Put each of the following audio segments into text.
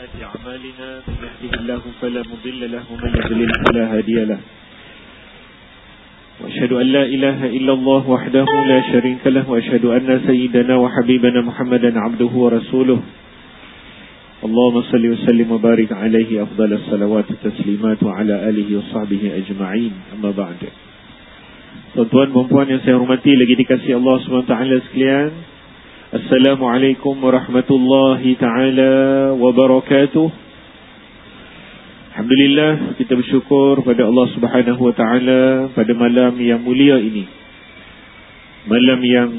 سيئات أعمالنا من يهده الله فلا مضل له ومن يضلل فلا هادي له وأشهد أن لا إله إلا الله وحده لا شريك له وأشهد أن سيدنا وحبيبنا محمدا عبده ورسوله اللهم صل وسلم وبارك عليه أفضل الصلوات والتسليمات وعلى آله وصحبه أجمعين أما بعد. Tuan-tuan dan puan yang saya hormati, lagi dikasihi Allah SWT sekalian, Assalamualaikum warahmatullahi ta'ala wabarakatuh. Alhamdulillah, kita bersyukur pada Allah Subhanahu wa ta'ala pada malam yang mulia ini, malam yang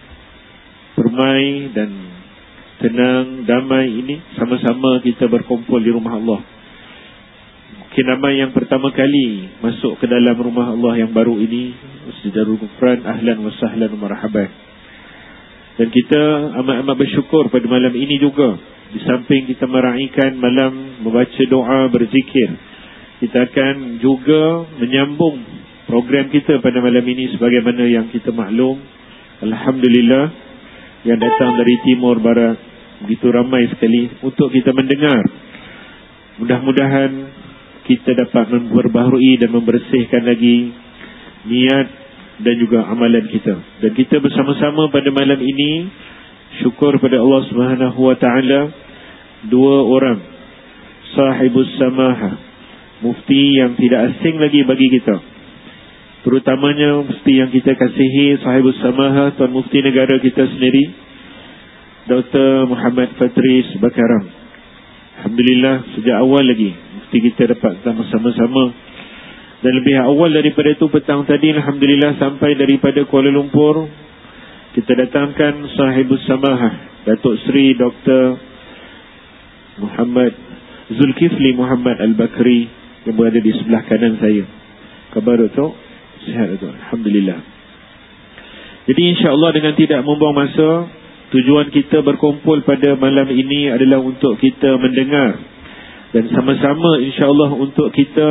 permai dan tenang, damai ini, sama-sama kita berkumpul di rumah Allah. Mungkin ramai yang pertama kali masuk ke dalam rumah Allah yang baru ini, Masjid Darul Ghufran, ahlan wa sahlan wa marhaban. Dan kita amat-amat bersyukur pada malam ini juga, di samping kita meraihkan malam membaca doa, berzikir, kita akan juga menyambung program kita pada malam ini sebagaimana yang kita maklum. Alhamdulillah, yang datang dari timur barat begitu ramai sekali untuk kita mendengar. Mudah-mudahan kita dapat memperbaharui dan membersihkan lagi niat dan juga amalan kita. Dan kita bersama-sama pada malam ini syukur pada Allah Subhanahu wa ta'ala, dua orang sahibus samaha, mufti yang tidak asing lagi bagi kita, terutamanya mufti yang kita kasihi, sahibus samaha, Tuan Mufti negara kita sendiri, Dr. Muhammad Fatris Bakaram. Alhamdulillah, sejak awal lagi kita dapat bersama-sama. Dan lebih awal daripada itu, petang tadi Alhamdulillah sampai daripada Kuala Lumpur, kita datangkan sahibus samahah, Datuk Seri Dr. Muhammad Zulkifli Muhammad Al-Bakri yang berada di sebelah kanan saya. Khabar Datuk? Sihat Datuk? Alhamdulillah. Jadi insya-Allah dengan tidak membuang masa, tujuan kita berkumpul pada malam ini adalah untuk kita mendengar dan sama-sama insya-Allah untuk kita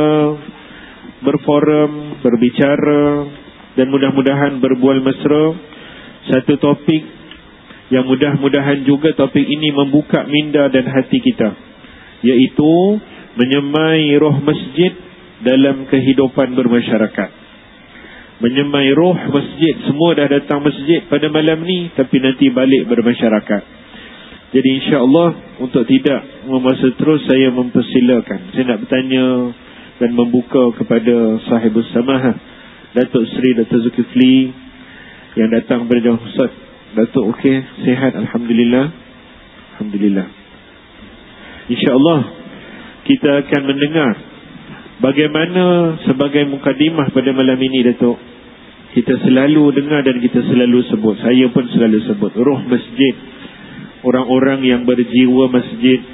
berforum, berbicara dan mudah-mudahan berbual mesra satu topik yang mudah-mudahan juga topik ini membuka minda dan hati kita, iaitu menyemai roh masjid dalam kehidupan bermasyarakat. Menyemai roh masjid. Semua dah datang masjid pada malam ni, tapi nanti balik bermasyarakat. Jadi insya-Allah untuk tidak memasa terus, saya mempersilakan, saya nak bertanya dan membuka kepada sahibus samahah, Datuk Seri Dr. Zulkifli yang datang pada jauh. Ustaz Datuk okey, sihat? Alhamdulillah. Alhamdulillah. InsyaAllah kita akan mendengar bagaimana sebagai mukadimah pada malam ini, Datuk, kita selalu dengar dan kita selalu sebut, saya pun selalu sebut, roh masjid. Orang-orang yang berjiwa masjid,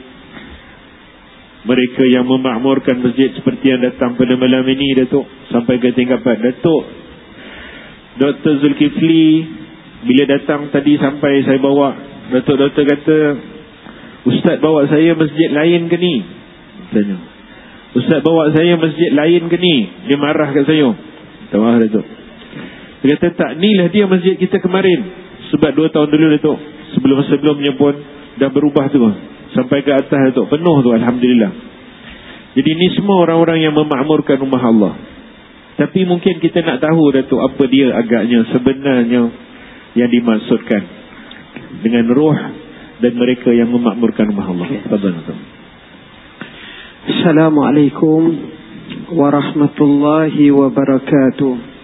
mereka yang memakmurkan masjid seperti yang datang pada malam ini, Datuk, sampai ke tingkatan. Datuk Dr. Zulkifli bila datang tadi sampai saya bawa, Datuk kata, Ustaz bawa saya masjid lain ke ni? Tanya, Ustaz bawa saya masjid lain ke ni? Dia marah kat saya. Minta maaf Datuk. Dia kata tak, inilah dia masjid kita kemarin. Sebab 2 tahun dulu Datuk, sebelum-sebelumnya pun dah berubah tu, sampai ke atas Datuk, penuh tu, Alhamdulillah. Jadi ini semua orang-orang yang memakmurkan rumah Allah. Tapi mungkin kita nak tahu Datuk, apa dia agaknya sebenarnya yang dimaksudkan dengan roh dan mereka yang memakmurkan rumah Allah. Fadhal Datuk. Assalamualaikum warahmatullahi wabarakatuh.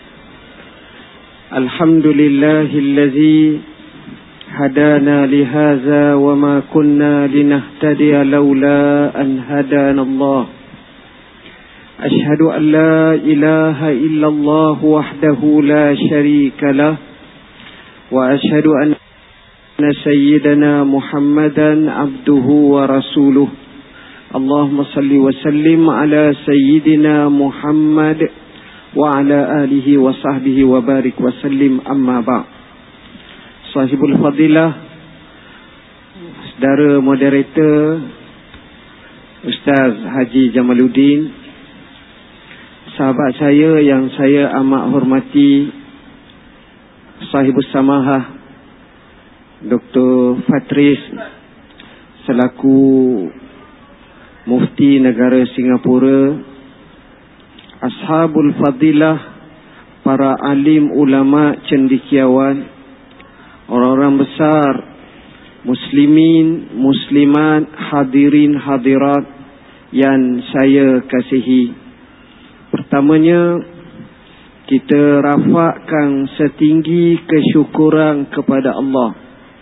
Alhamdulillahillazi hadana lihaza wa ma kunna linahtadiya laula an hadana Allah. Ashhadu an la ilaha illallah wahdahu la syarika lah, wa ashhadu anna sayyidana Muhammadan abduhu wa rasuluh. Allahumma salli wa sallim ala sayyidina Muhammad wa ala alihi wa sahbihi wa barik wa sallim, amma ba'. Sahibul fadilah, saudara moderator Ustaz Haji Jamaluddin, sahabat saya yang saya amat hormati, sahibus samahah Dr. Fatris selaku Mufti negara Singapura, Ashabul Fadilah, para alim ulama cendekiawan, orang-orang besar, muslimin, muslimat, hadirin, hadirat yang saya kasihi. Pertamanya, kita rafakkan setinggi kesyukuran kepada Allah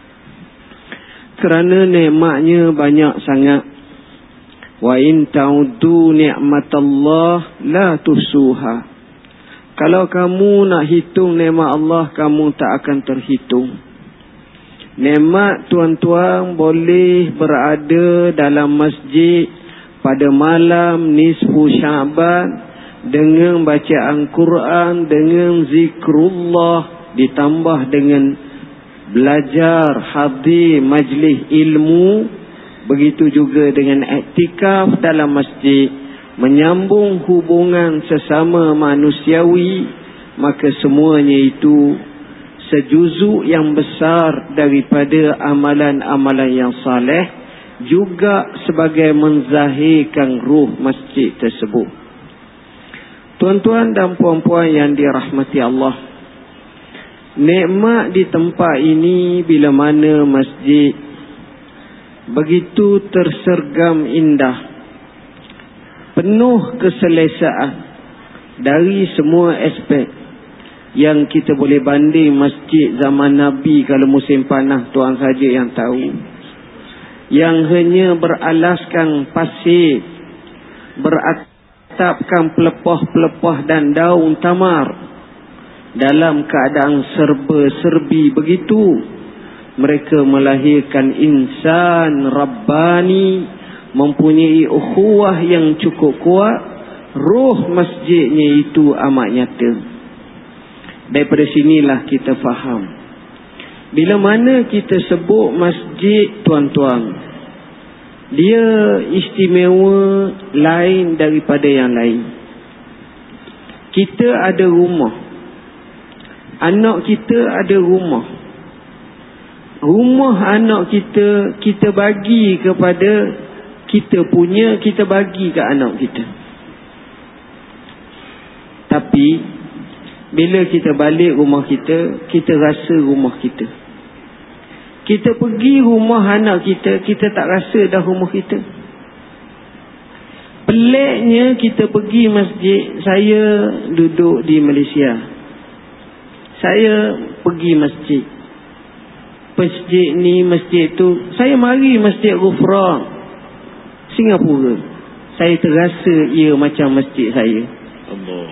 kerana nikmatnya banyak sangat. Wa in ta'uddu ni'matallah la tuhsuha. Kalau kamu nak hitung nikmat Allah, kamu tak akan terhitung. Nikmat tuan-tuan boleh berada dalam masjid pada malam nisfu Syaban dengan bacaan Quran, dengan zikrullah, ditambah dengan belajar hadir majlis ilmu. Begitu juga dengan iktikaf dalam masjid, menyambung hubungan sesama manusiawi. Maka semuanya itu sejuzuk yang besar daripada amalan-amalan yang saleh, juga sebagai menzahirkan ruh masjid tersebut. Tuan-tuan dan puan-puan yang dirahmati Allah, nikmat di tempat ini bila mana masjid begitu tersergam indah, penuh keselesaan dari semua aspek. Yang kita boleh banding masjid zaman Nabi kalau musim panas, tuan saja yang tahu, yang hanya beralaskan pasir, beratapkan pelepah-pelepah dan daun tamar, dalam keadaan serba-serbi begitu. Mereka melahirkan insan Rabbani, mempunyai ukhuwah yang cukup kuat. Ruh masjidnya itu amat nyata. Daripada sinilah kita faham, bila mana kita sebut masjid, tuan-tuan, dia istimewa lain daripada yang lain. Kita ada rumah, anak kita ada rumah. Rumah anak kita, kita bagi kepada kita punya, kita bagi ke anak kita. Tapi bila kita balik rumah kita, kita rasa rumah kita. Kita pergi rumah anak kita, kita tak rasa dah rumah kita. Peliknya kita pergi masjid. Saya duduk di Malaysia, saya pergi masjid. Masjid ni, masjid tu. Saya mari Masjid Ghufran Singapura, saya terasa ia macam masjid saya. Allah.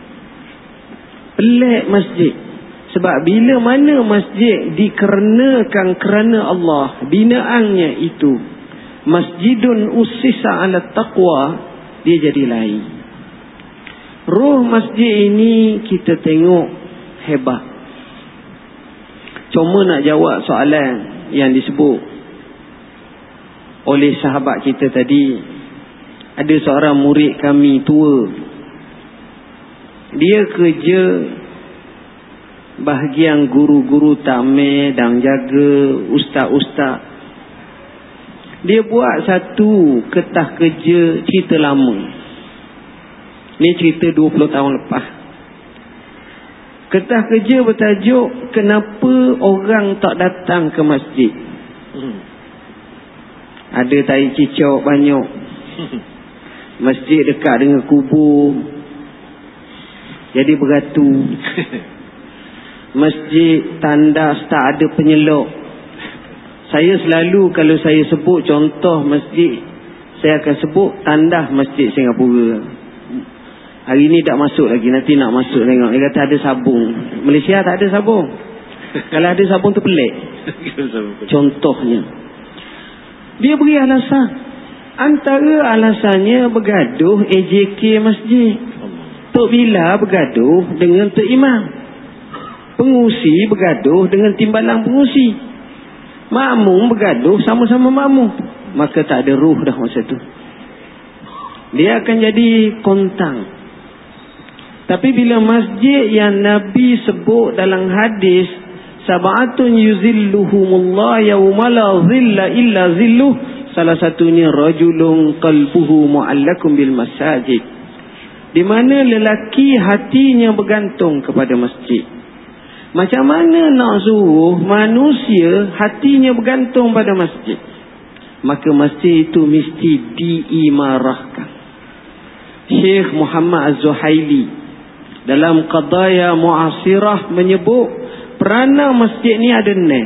Pelik masjid. Sebab bila mana masjid dikarenakan kerana Allah, binaannya itu masjidun ussisa ala taqwa, dia jadi lain. Ruh masjid ini kita tengok hebat. Cuma nak jawab soalan yang disebut oleh sahabat kita tadi. Ada seorang murid kami tua, dia kerja bahagian guru-guru takmir dan jaga ustaz-ustaz. Dia buat satu kertas kerja cerita lama. Ni cerita 20 tahun lepas. Kertas kerja bertajuk kenapa orang tak datang ke masjid. Ada tai cicak banyak. Masjid dekat dengan kubur, jadi beratu. Masjid tandas tak ada penyelok. Saya selalu kalau saya sebut contoh masjid, saya akan sebut tandas Masjid Singapura. Hari ni tak masuk lagi, nanti nak masuk tengok. Dia kata ada sabung. Malaysia tak ada sabung. Kalau ada sabung tu pelik. Contohnya, dia beri alasan. Antara alasannya bergaduh AJK masjid. Tok Bila bergaduh dengan Tok Imam. Pengusi bergaduh dengan timbalan pengusi. Makmum bergaduh sama-sama makmum. Maka tak ada ruh dah masa tu. Dia akan jadi kontang. Tapi bila masjid yang Nabi sebut dalam hadis, sab'atun yuzilluhumullah yawma la zilla illa zilluh, Salah satunya rajulun qalbuhu mu'allakum bil masajid, di mana lelaki hatinya bergantung kepada masjid. Macam mana nak suruh manusia hatinya bergantung pada masjid? Maka masjid itu mesti diimarahkan. Syekh Muhammad Az-Zuhaili dalam Qadaya Mu'asirah menyebut peranan masjid ni ada ni.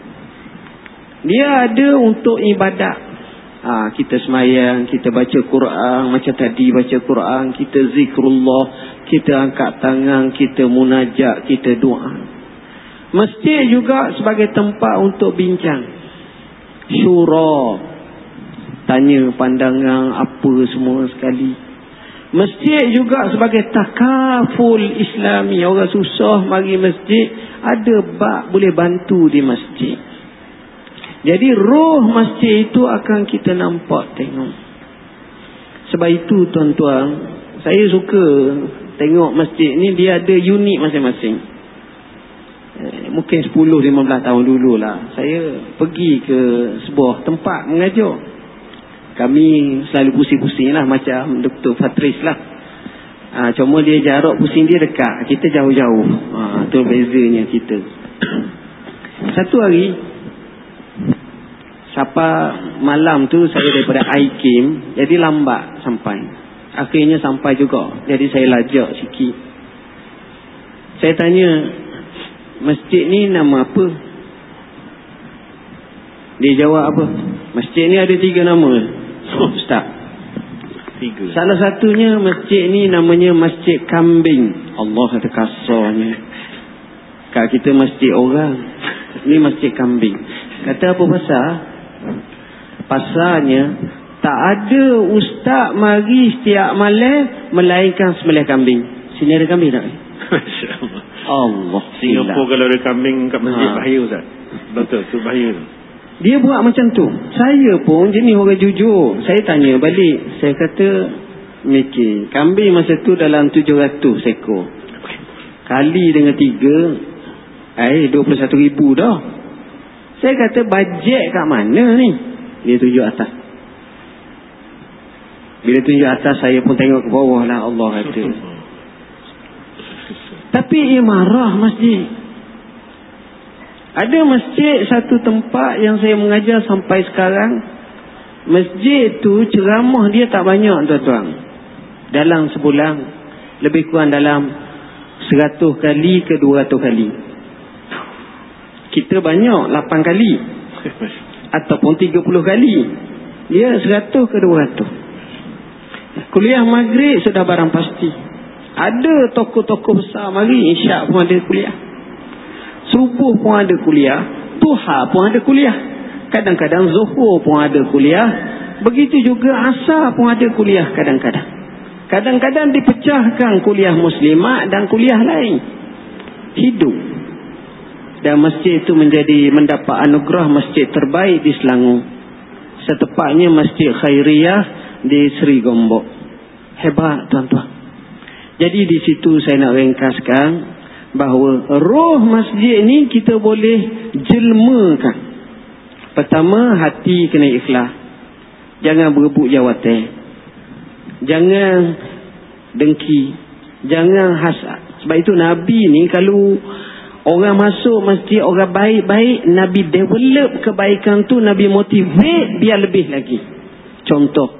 Dia ada untuk ibadat. Kita semayang, kita baca Quran, macam tadi baca Quran, kita zikrullah, kita angkat tangan, kita munajat, kita doa. Masjid juga sebagai tempat untuk bincang, syura, tanya pandangan apa semua sekali. Masjid juga sebagai takaful Islami. Orang susah mari masjid, ada bab boleh bantu di masjid. Jadi roh masjid itu akan kita nampak, tengok. Sebab itu tuan-tuan, saya suka tengok masjid ni, dia ada unit masing-masing. Mungkin 10-15 tahun dululah saya pergi ke sebuah tempat mengajar. Kami selalu pusing-pusing lah, macam Dr. Fatris lah. Cuma dia jarak pusing dia dekat, kita jauh-jauh. Itu bezanya kita. Satu hari, sampai malam tu saya daripada Aikim, jadi lambat sampai. Akhirnya sampai juga, jadi saya lajak sikit. Saya tanya, masjid ni nama apa? Dia jawab apa? Masjid ni ada 3 nama. Ustaz, 3. Salah satunya masjid ni namanya Masjid Kambing. Allah ada kasarnya. Kat kita masjid orang, ni Masjid Kambing. Kata apa pasal? Pasalnya tak ada ustaz mari setiap malam melainkan sembelih kambing. Sini ada kambing tak? Masya-Allah. Allah. Singapura kalau ada kambing kat masjid bahaya Ustaz. Betul tu bahaya. Dia buat macam tu. Saya pun jenis orang jujur. Saya tanya balik. Saya kata mikir, kambing masa tu dalam 700 ekor. Kali dengan 3, 21,000 dah. Saya kata bajet kat mana ni? Dia tunjuk atas. Bila tunjuk atas, saya pun tengok ke bawah lah. Allah kata. Tapi ia marah masjid. Ada masjid, satu tempat yang saya mengajar sampai sekarang. Masjid tu ceramah dia tak banyak tuan-tuan. Dalam sebulan lebih kurang dalam 100 kali ke 200 kali. Kita banyak 8 kali ataupun 30 kali. Dia 100 ke 200. Kuliah maghrib sudah barang pasti. Ada tokoh-tokoh besar mari, isyak pun ada kuliah, subuh pun ada kuliah, duha pun ada kuliah, kadang-kadang zuhur pun ada kuliah, begitu juga asar pun ada kuliah kadang-kadang. Kadang-kadang dipecahkan kuliah muslimat dan kuliah lain. Hidup. Dan masjid itu mendapat anugerah masjid terbaik di Selangor. Setepatnya Masjid Khairiyah di Seri Gombok. Hebat tuan-tuan. Jadi di situ saya nak ringkaskan bahawa roh masjid ni kita boleh jelmakan. Pertama, hati kena ikhlas. Jangan berebut jawatan. Jangan dengki. Jangan hasad. Sebab itu Nabi ni kalau orang masuk masjid, orang baik-baik, Nabi develop kebaikan tu, Nabi motivate biar lebih lagi. Contoh,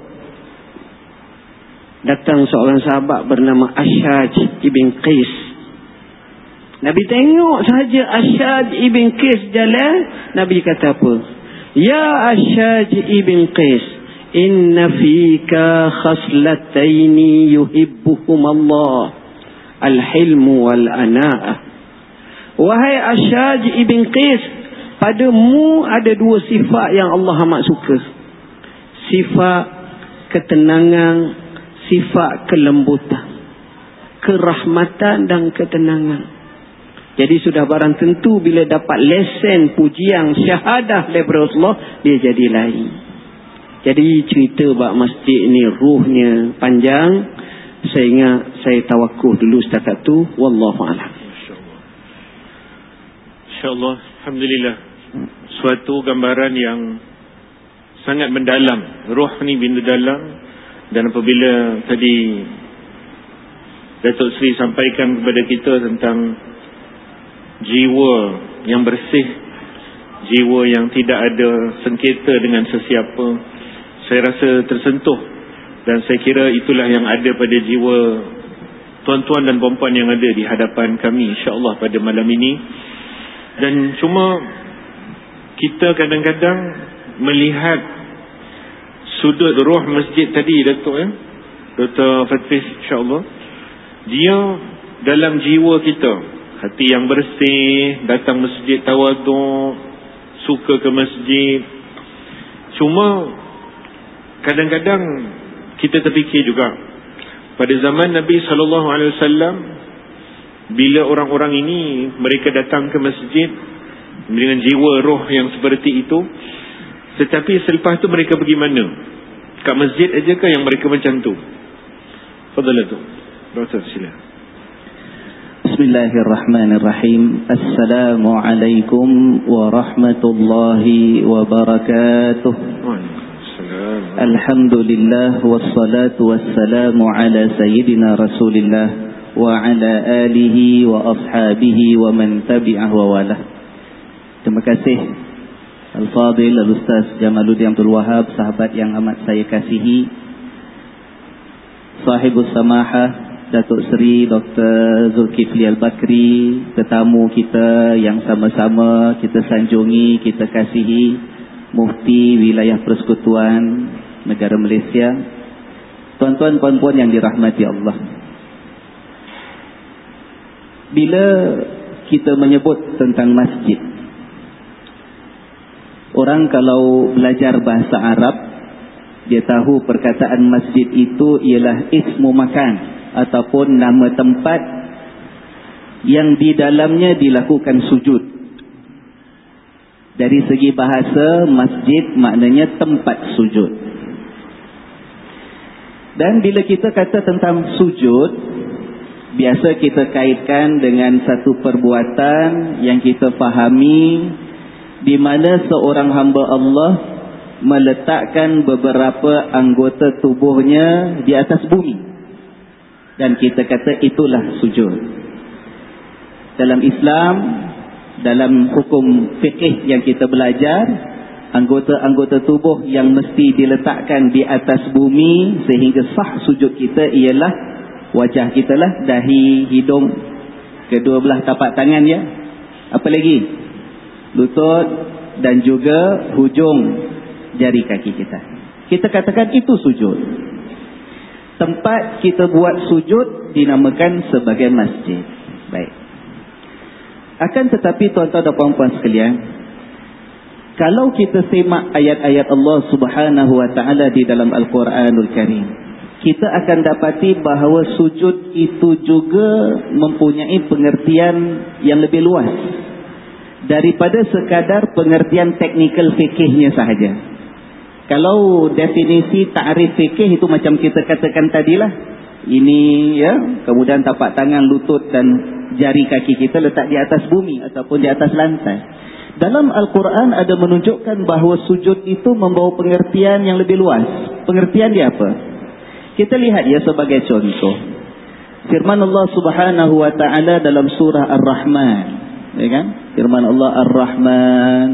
datang seorang sahabat bernama Ashaj ibn Qais. Nabi tengok sahaja Ashaj ibn Qais jalan, Nabi kata apa? Ya Ashaj ibn Qais, inna fika khaslataini yuhibbuhum Allah, al-hilmu wal-ana'ah. Wahai Ashaj ibn Qais, padamu ada 2 sifat yang Allah amat suka. Sifat ketenangan, sifat kelembutan, kerahmatan dan ketenangan. Jadi sudah barang tentu bila dapat lesen pujian syahadah daripada Allah, dia jadi lain. Jadi cerita bab masjid ni ruhnya panjang. Saya ingat saya tawakuf dulu setakat tu. Wallahu a'lam. InsyaAllah, alhamdulillah. Suatu gambaran yang sangat mendalam. Roh ni benda dalam. Dan apabila tadi Datuk Seri sampaikan kepada kita tentang jiwa yang bersih, jiwa yang tidak ada sengketa dengan sesiapa, saya rasa tersentuh. Dan saya kira itulah yang ada pada jiwa tuan-tuan dan puan-puan yang ada di hadapan kami, insya-Allah pada malam ini. Dan cuma kita kadang-kadang melihat sudut roh masjid tadi, Datuk Dr. Fatris, insya-Allah dia dalam jiwa kita, hati yang bersih, datang masjid tawaduk, suka ke masjid. Cuma kadang-kadang kita terfikir juga pada zaman Nabi SAW, bila orang-orang ini mereka datang ke masjid dengan jiwa roh yang seperti itu, tetapi selepas itu mereka pergi mana? Kat masjid aja ke yang mereka macam tu? Fadhal tu. Doktor sila. Bismillahirrahmanirrahim. Assalamualaikum warahmatullahi wabarakatuh. Waalaikumsalam. Alhamdulillah wassalatu wassalamu ala sayyidina Rasulillah wa ala alihi wa ashabihi wa man tabi'ah wa walah. Terima kasih Al-Fadhil Al-Ustaz Jamaluddin Abdul Wahab, sahabat yang amat saya kasihi, sahibus samahah Datuk Seri Dr. Zulkifli Al-Bakri, tetamu kita yang sama-sama kita sanjungi, kita kasihi, Mufti Wilayah Persekutuan Negara Malaysia, tuan-tuan puan-puan yang dirahmati Allah. Bila kita menyebut tentang masjid, orang kalau belajar bahasa Arab, dia tahu perkataan masjid itu ialah ismu makan ataupun nama tempat yang di dalamnya dilakukan sujud. Dari segi bahasa, masjid maknanya tempat sujud. Dan bila kita kata tentang sujud, biasa kita kaitkan dengan satu perbuatan yang kita fahami, di mana seorang hamba Allah meletakkan beberapa anggota tubuhnya di atas bumi, dan kita kata itulah sujud. Dalam Islam, dalam hukum fikih yang kita belajar, anggota-anggota tubuh yang mesti diletakkan di atas bumi sehingga sah sujud kita ialah wajah kita lah, dahi, hidung, kedua belah tapak tangan ya. Apa lagi? Lutut dan juga hujung jari kaki kita. Kita katakan itu sujud. Tempat kita buat sujud dinamakan sebagai masjid. Baik. Akan tetapi tuan-tuan dan puan-puan sekalian, kalau kita semak ayat-ayat Allah Subhanahu wa taala di dalam Al-Quranul Karim, kita akan dapati bahawa sujud itu juga mempunyai pengertian yang lebih luas daripada sekadar pengertian teknikal fikihnya sahaja. Kalau definisi ta'rif fikih itu macam kita katakan tadilah, ini ya, kemudian tapak tangan, lutut dan jari kaki kita letak di atas bumi ataupun di atas lantai. Dalam Al-Quran ada menunjukkan bahawa sujud itu membawa pengertian yang lebih luas. Pengertian dia apa? Kita lihat ya sebagai contoh. Firman Allah Subhanahu wa taala dalam surah Ar-Rahman, ya kan? Firman Allah Ar-Rahman,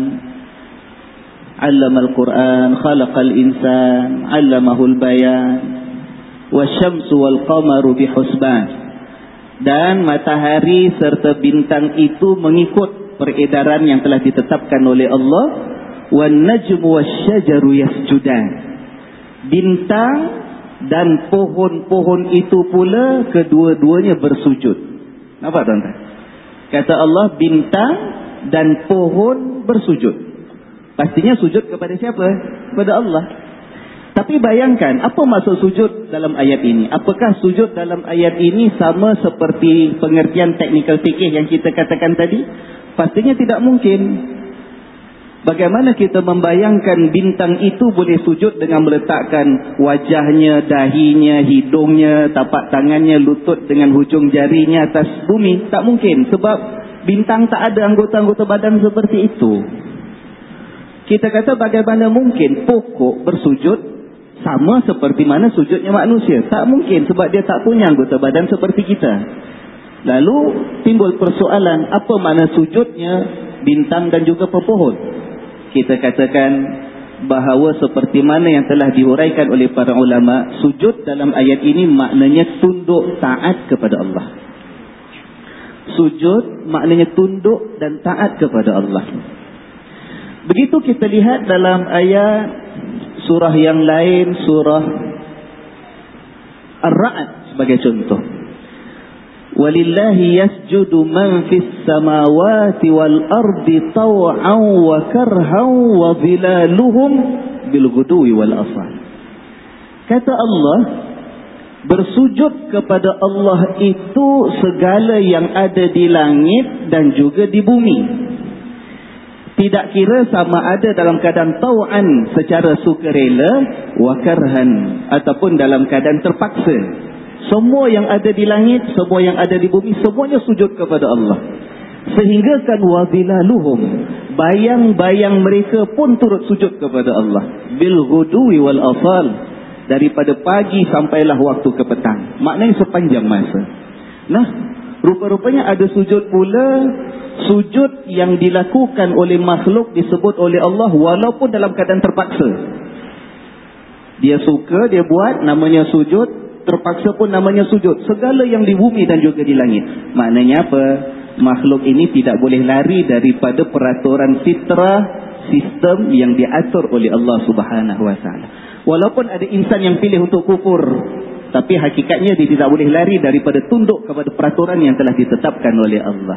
'Allamal Qur'an, khalaqal insan, 'allamahul bayan, wasyamsu wal qamaru bihusban. Dan matahari serta bintang itu mengikut peredaran yang telah ditetapkan oleh Allah. Wan najmu wasyajaru yasjudan. Bintang dan pohon-pohon itu pula kedua-duanya bersujud. Nampak tuan-tuan? Kata Allah, bintang dan pohon bersujud. Pastinya sujud kepada siapa? Kepada Allah. Tapi bayangkan, apa maksud sujud dalam ayat ini? Apakah sujud dalam ayat ini sama seperti pengertian teknikal fikih yang kita katakan tadi? Pastinya tidak mungkin. Bagaimana kita membayangkan bintang itu boleh sujud dengan meletakkan wajahnya, dahinya, hidungnya, tapak tangannya, lutut dengan hujung jarinya atas bumi? Tak mungkin, sebab bintang tak ada anggota-anggota badan seperti itu. Kita kata bagaimana mungkin pokok bersujud sama seperti mana sujudnya manusia? Tak mungkin, sebab dia tak punya anggota badan seperti kita. Lalu timbul persoalan, apa makna sujudnya bintang dan juga pepohon? Kita katakan bahawa seperti mana yang telah diuraikan oleh para ulama, sujud dalam ayat ini maknanya tunduk taat kepada Allah. Sujud maknanya tunduk dan taat kepada Allah. Begitu kita lihat dalam ayat surah yang lain, surah Ar-Ra'd sebagai contoh. Walillahi yasjudu man fis samawati wal ardi taw'an wa karhan wa zilaluhum bil ghudwi wal asal. Kata Allah, bersujud kepada Allah itu segala yang ada di langit dan juga di bumi. Tidak kira sama ada dalam keadaan taw'an secara sukarela, wa karhan ataupun dalam keadaan terpaksa. Semua yang ada di langit, semua yang ada di bumi, semuanya sujud kepada Allah. Sehingga kan wazilaluhum, bayang-bayang mereka pun turut sujud kepada Allah. Bil ghudwi wal asal, daripada pagi sampailah waktu ke petang. Maknanya sepanjang masa. Nah, rupa-rupanya ada sujud pula, sujud yang dilakukan oleh makhluk disebut oleh Allah walaupun dalam keadaan terpaksa. Dia suka, dia buat, namanya sujud. Terpaksa pun namanya sujud. Segala yang di bumi dan juga di langit. Maknanya apa? Makhluk ini tidak boleh lari daripada peraturan fitrah, sistem yang diatur oleh Allah Subhanahu Wa Taala. Walaupun ada insan yang pilih untuk kufur, tapi hakikatnya dia tidak boleh lari daripada tunduk kepada peraturan yang telah ditetapkan oleh Allah.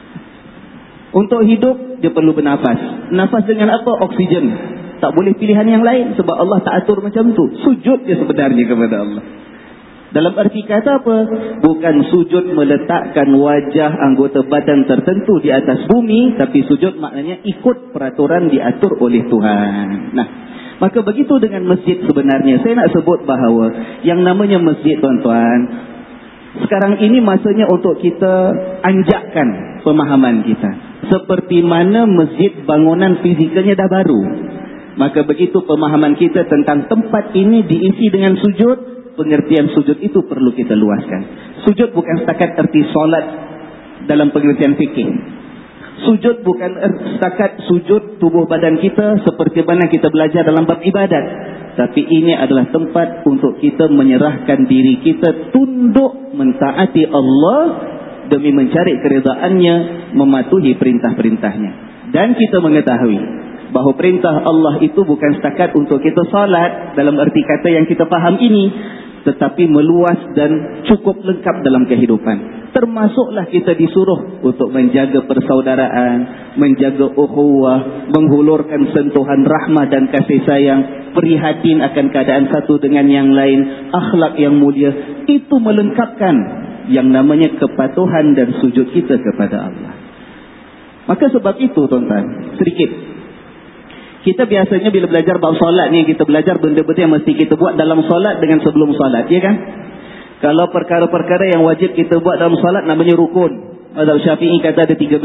Untuk hidup, dia perlu bernafas. Nafas dengan apa? Oksigen. Tak boleh pilihan yang lain, sebab Allah tak atur macam tu. Sujud dia sebenarnya kepada Allah. Dalam arti kata apa? Bukan sujud meletakkan wajah anggota badan tertentu di atas bumi, tapi sujud maknanya ikut peraturan diatur oleh Tuhan. Nah, maka begitu dengan masjid sebenarnya. Saya nak sebut bahawa yang namanya masjid, tuan-tuan, sekarang ini masanya untuk kita anjakkan pemahaman kita. Seperti mana masjid bangunan fizikalnya dah baru, maka begitu pemahaman kita tentang tempat ini diisi dengan sujud, pengertian sujud itu perlu kita luaskan. Sujud bukan setakat erti solat dalam pengertian fikih. Sujud bukan setakat sujud tubuh badan kita seperti mana kita belajar dalam bab ibadat. Tapi ini adalah tempat untuk kita menyerahkan diri kita tunduk mentaati Allah demi mencari keridhaannya, mematuhi perintah-perintahnya. Dan kita mengetahui bahawa perintah Allah itu bukan setakat untuk kita salat dalam erti kata yang kita faham ini, tetapi meluas dan cukup lengkap dalam kehidupan. Termasuklah kita disuruh untuk menjaga persaudaraan, menjaga ukhuwah, menghulurkan sentuhan rahmah dan kasih sayang, prihatin akan keadaan satu dengan yang lain, akhlak yang mulia. Itu melengkapkan yang namanya kepatuhan dan sujud kita kepada Allah. Maka sebab itu, tuan-tuan, sedikit kita biasanya bila belajar bab solat ni, kita belajar benda-benda yang mesti kita buat dalam solat dengan sebelum solat, ya kan? Kalau perkara-perkara yang wajib kita buat dalam solat namanya rukun. Mazhab Syafi'i kata ada 13.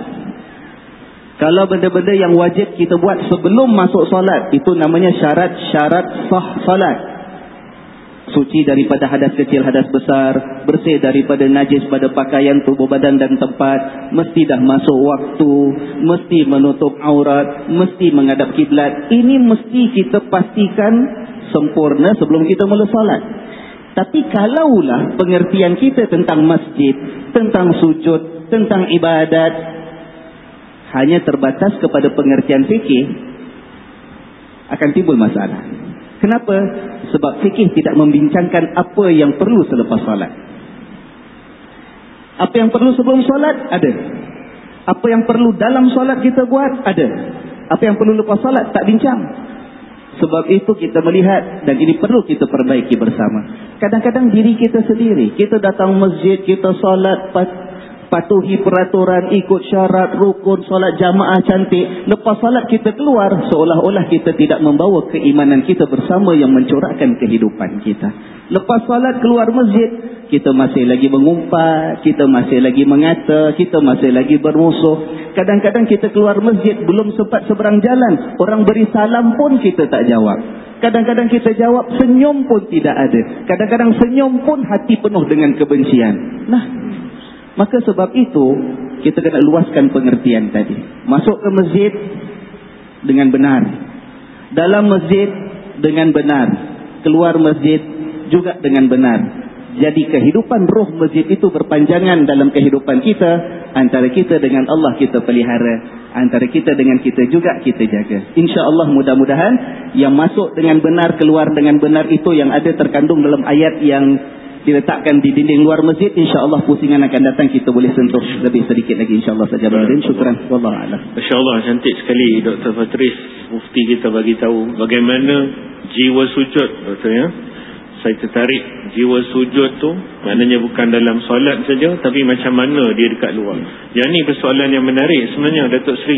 Kalau benda-benda yang wajib kita buat sebelum masuk solat, itu namanya syarat-syarat sah solat. Suci daripada hadas kecil, hadas besar, bersih daripada najis pada pakaian, tubuh badan dan tempat, mesti dah masuk waktu, mesti menutup aurat, mesti menghadap kiblat. Ini mesti kita pastikan sempurna sebelum kita mula solat. Tapi kalaulah pengertian kita tentang masjid, tentang sujud, tentang ibadat hanya terbatas kepada pengertian fikih, akan timbul masalah. Kenapa? Sebab fikih tidak membincangkan apa yang perlu selepas solat. Apa yang perlu sebelum solat? Ada. Apa yang perlu dalam solat kita buat? Ada. Apa yang perlu lepas solat? Tak bincang. Sebab itu kita melihat, dan ini perlu kita perbaiki bersama. Kadang-kadang diri kita sendiri, kita datang masjid, kita solat, patuhi peraturan, ikut syarat, rukun, solat jamaah cantik. Lepas solat kita keluar, seolah-olah kita tidak membawa keimanan kita bersama yang mencorakkan kehidupan kita. Lepas solat keluar masjid, kita masih lagi mengumpat, kita masih lagi mengata, kita masih lagi bermusuh. Kadang-kadang kita keluar masjid belum sempat seberang jalan, orang beri salam pun kita tak jawab. Kadang-kadang kita jawab, senyum pun tidak ada. Kadang-kadang senyum pun hati penuh dengan kebencian. Nah, maka sebab itu kita kena luaskan pengertian tadi. Masuk ke masjid dengan benar, dalam masjid dengan benar, keluar masjid juga dengan benar. Jadi kehidupan roh masjid itu berpanjangan dalam kehidupan kita. Antara kita dengan Allah kita pelihara, antara kita dengan kita juga kita jaga. InsyaAllah mudah-mudahan yang masuk dengan benar, keluar dengan benar itu yang ada terkandung dalam ayat yang diletakkan di dinding luar masjid. InsyaAllah pusingan akan datang, kita boleh sentuh lebih sedikit lagi insyaAllah saja. Syukran. Wallahualam. InsyaAllah cantik sekali Dr. Fatris Mufti kita bagi tahu bagaimana jiwa sujud, Dr. ya. Saya tertarik jiwa sujud tu maknanya bukan dalam solat saja, tapi macam mana dia dekat luar. Yang ni persoalan yang menarik sebenarnya Datuk Seri.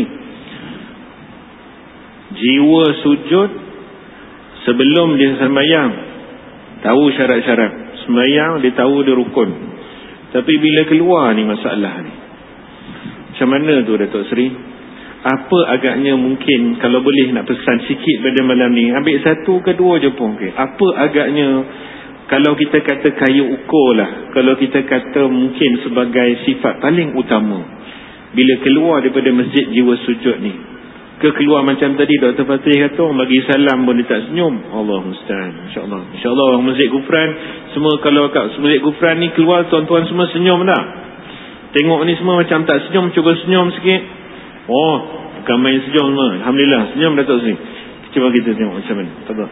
Jiwa sujud sebelum dia sembahyang tahu syarat-syarat sembahyang, dia tahu dia rukun. Tapi bila keluar ni masalah ni. Macam mana tu Datuk Seri? Apa agaknya mungkin, kalau boleh nak pesan sikit pada malam ni, ambil satu ke dua je pun okay. Apa agaknya kalau kita kata kayu ukur lah, kalau kita kata mungkin sebagai sifat paling utama bila keluar daripada masjid jiwa sujud ni? Ke keluar macam tadi Dr. Fatih kata, orang bagi salam pun dia tak senyum. Allah musta'an. InsyaAllah orang masjid Gufran semua, kalau kat masjid Gufran ni keluar, tuan-tuan semua senyum tak? Tengok ni semua macam tak senyum, cuba senyum sikit. Oh, bukan main senyum semua. Alhamdulillah, senyum Datuk Seri. Cuba kita tengok macam mana. Tafadhal.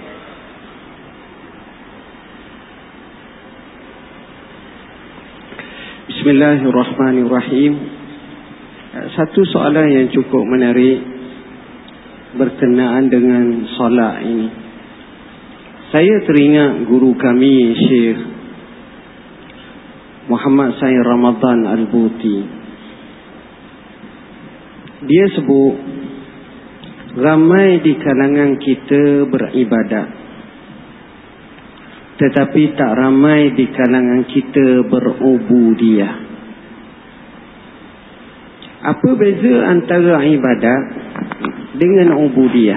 Bismillahirrahmanirrahim. Satu soalan yang cukup menarik berkenaan dengan solat ini. Saya teringat guru kami Syekh Muhammad Said Ramadan Al-Buti. Dia sebut ramai di kalangan kita beribadat, tetapi tak ramai di kalangan kita berubudiyah. Apa beza antara ibadat dengan ubudiyah?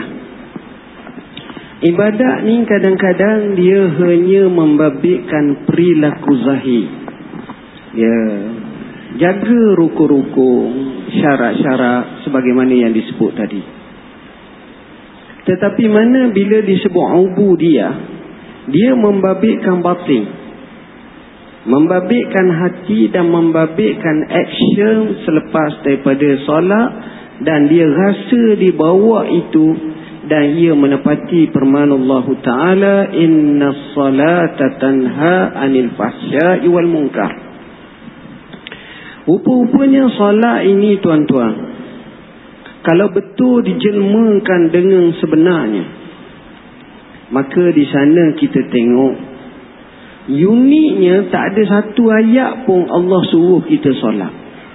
Ibadat ni kadang-kadang dia hanya membabitkan perilaku zahir. Dia jaga rukun-rukun, syarat-syarat sebagaimana yang disebut tadi. Tetapi mana bila disebut ubudiyah, dia membabitkan batin, membabitkan hati dan membabitkan action selepas daripada solat, dan dia rasa di bawah itu, dan ia menepati firman Allah Ta'ala, innas salata tanha anil fahsya'i wal munkar. Rupa-rupanya solat ini tuan-tuan, kalau betul dijelmakan dengan sebenarnya, maka di sana kita tengok uniknya tak ada satu ayat pun Allah suruh kita solat.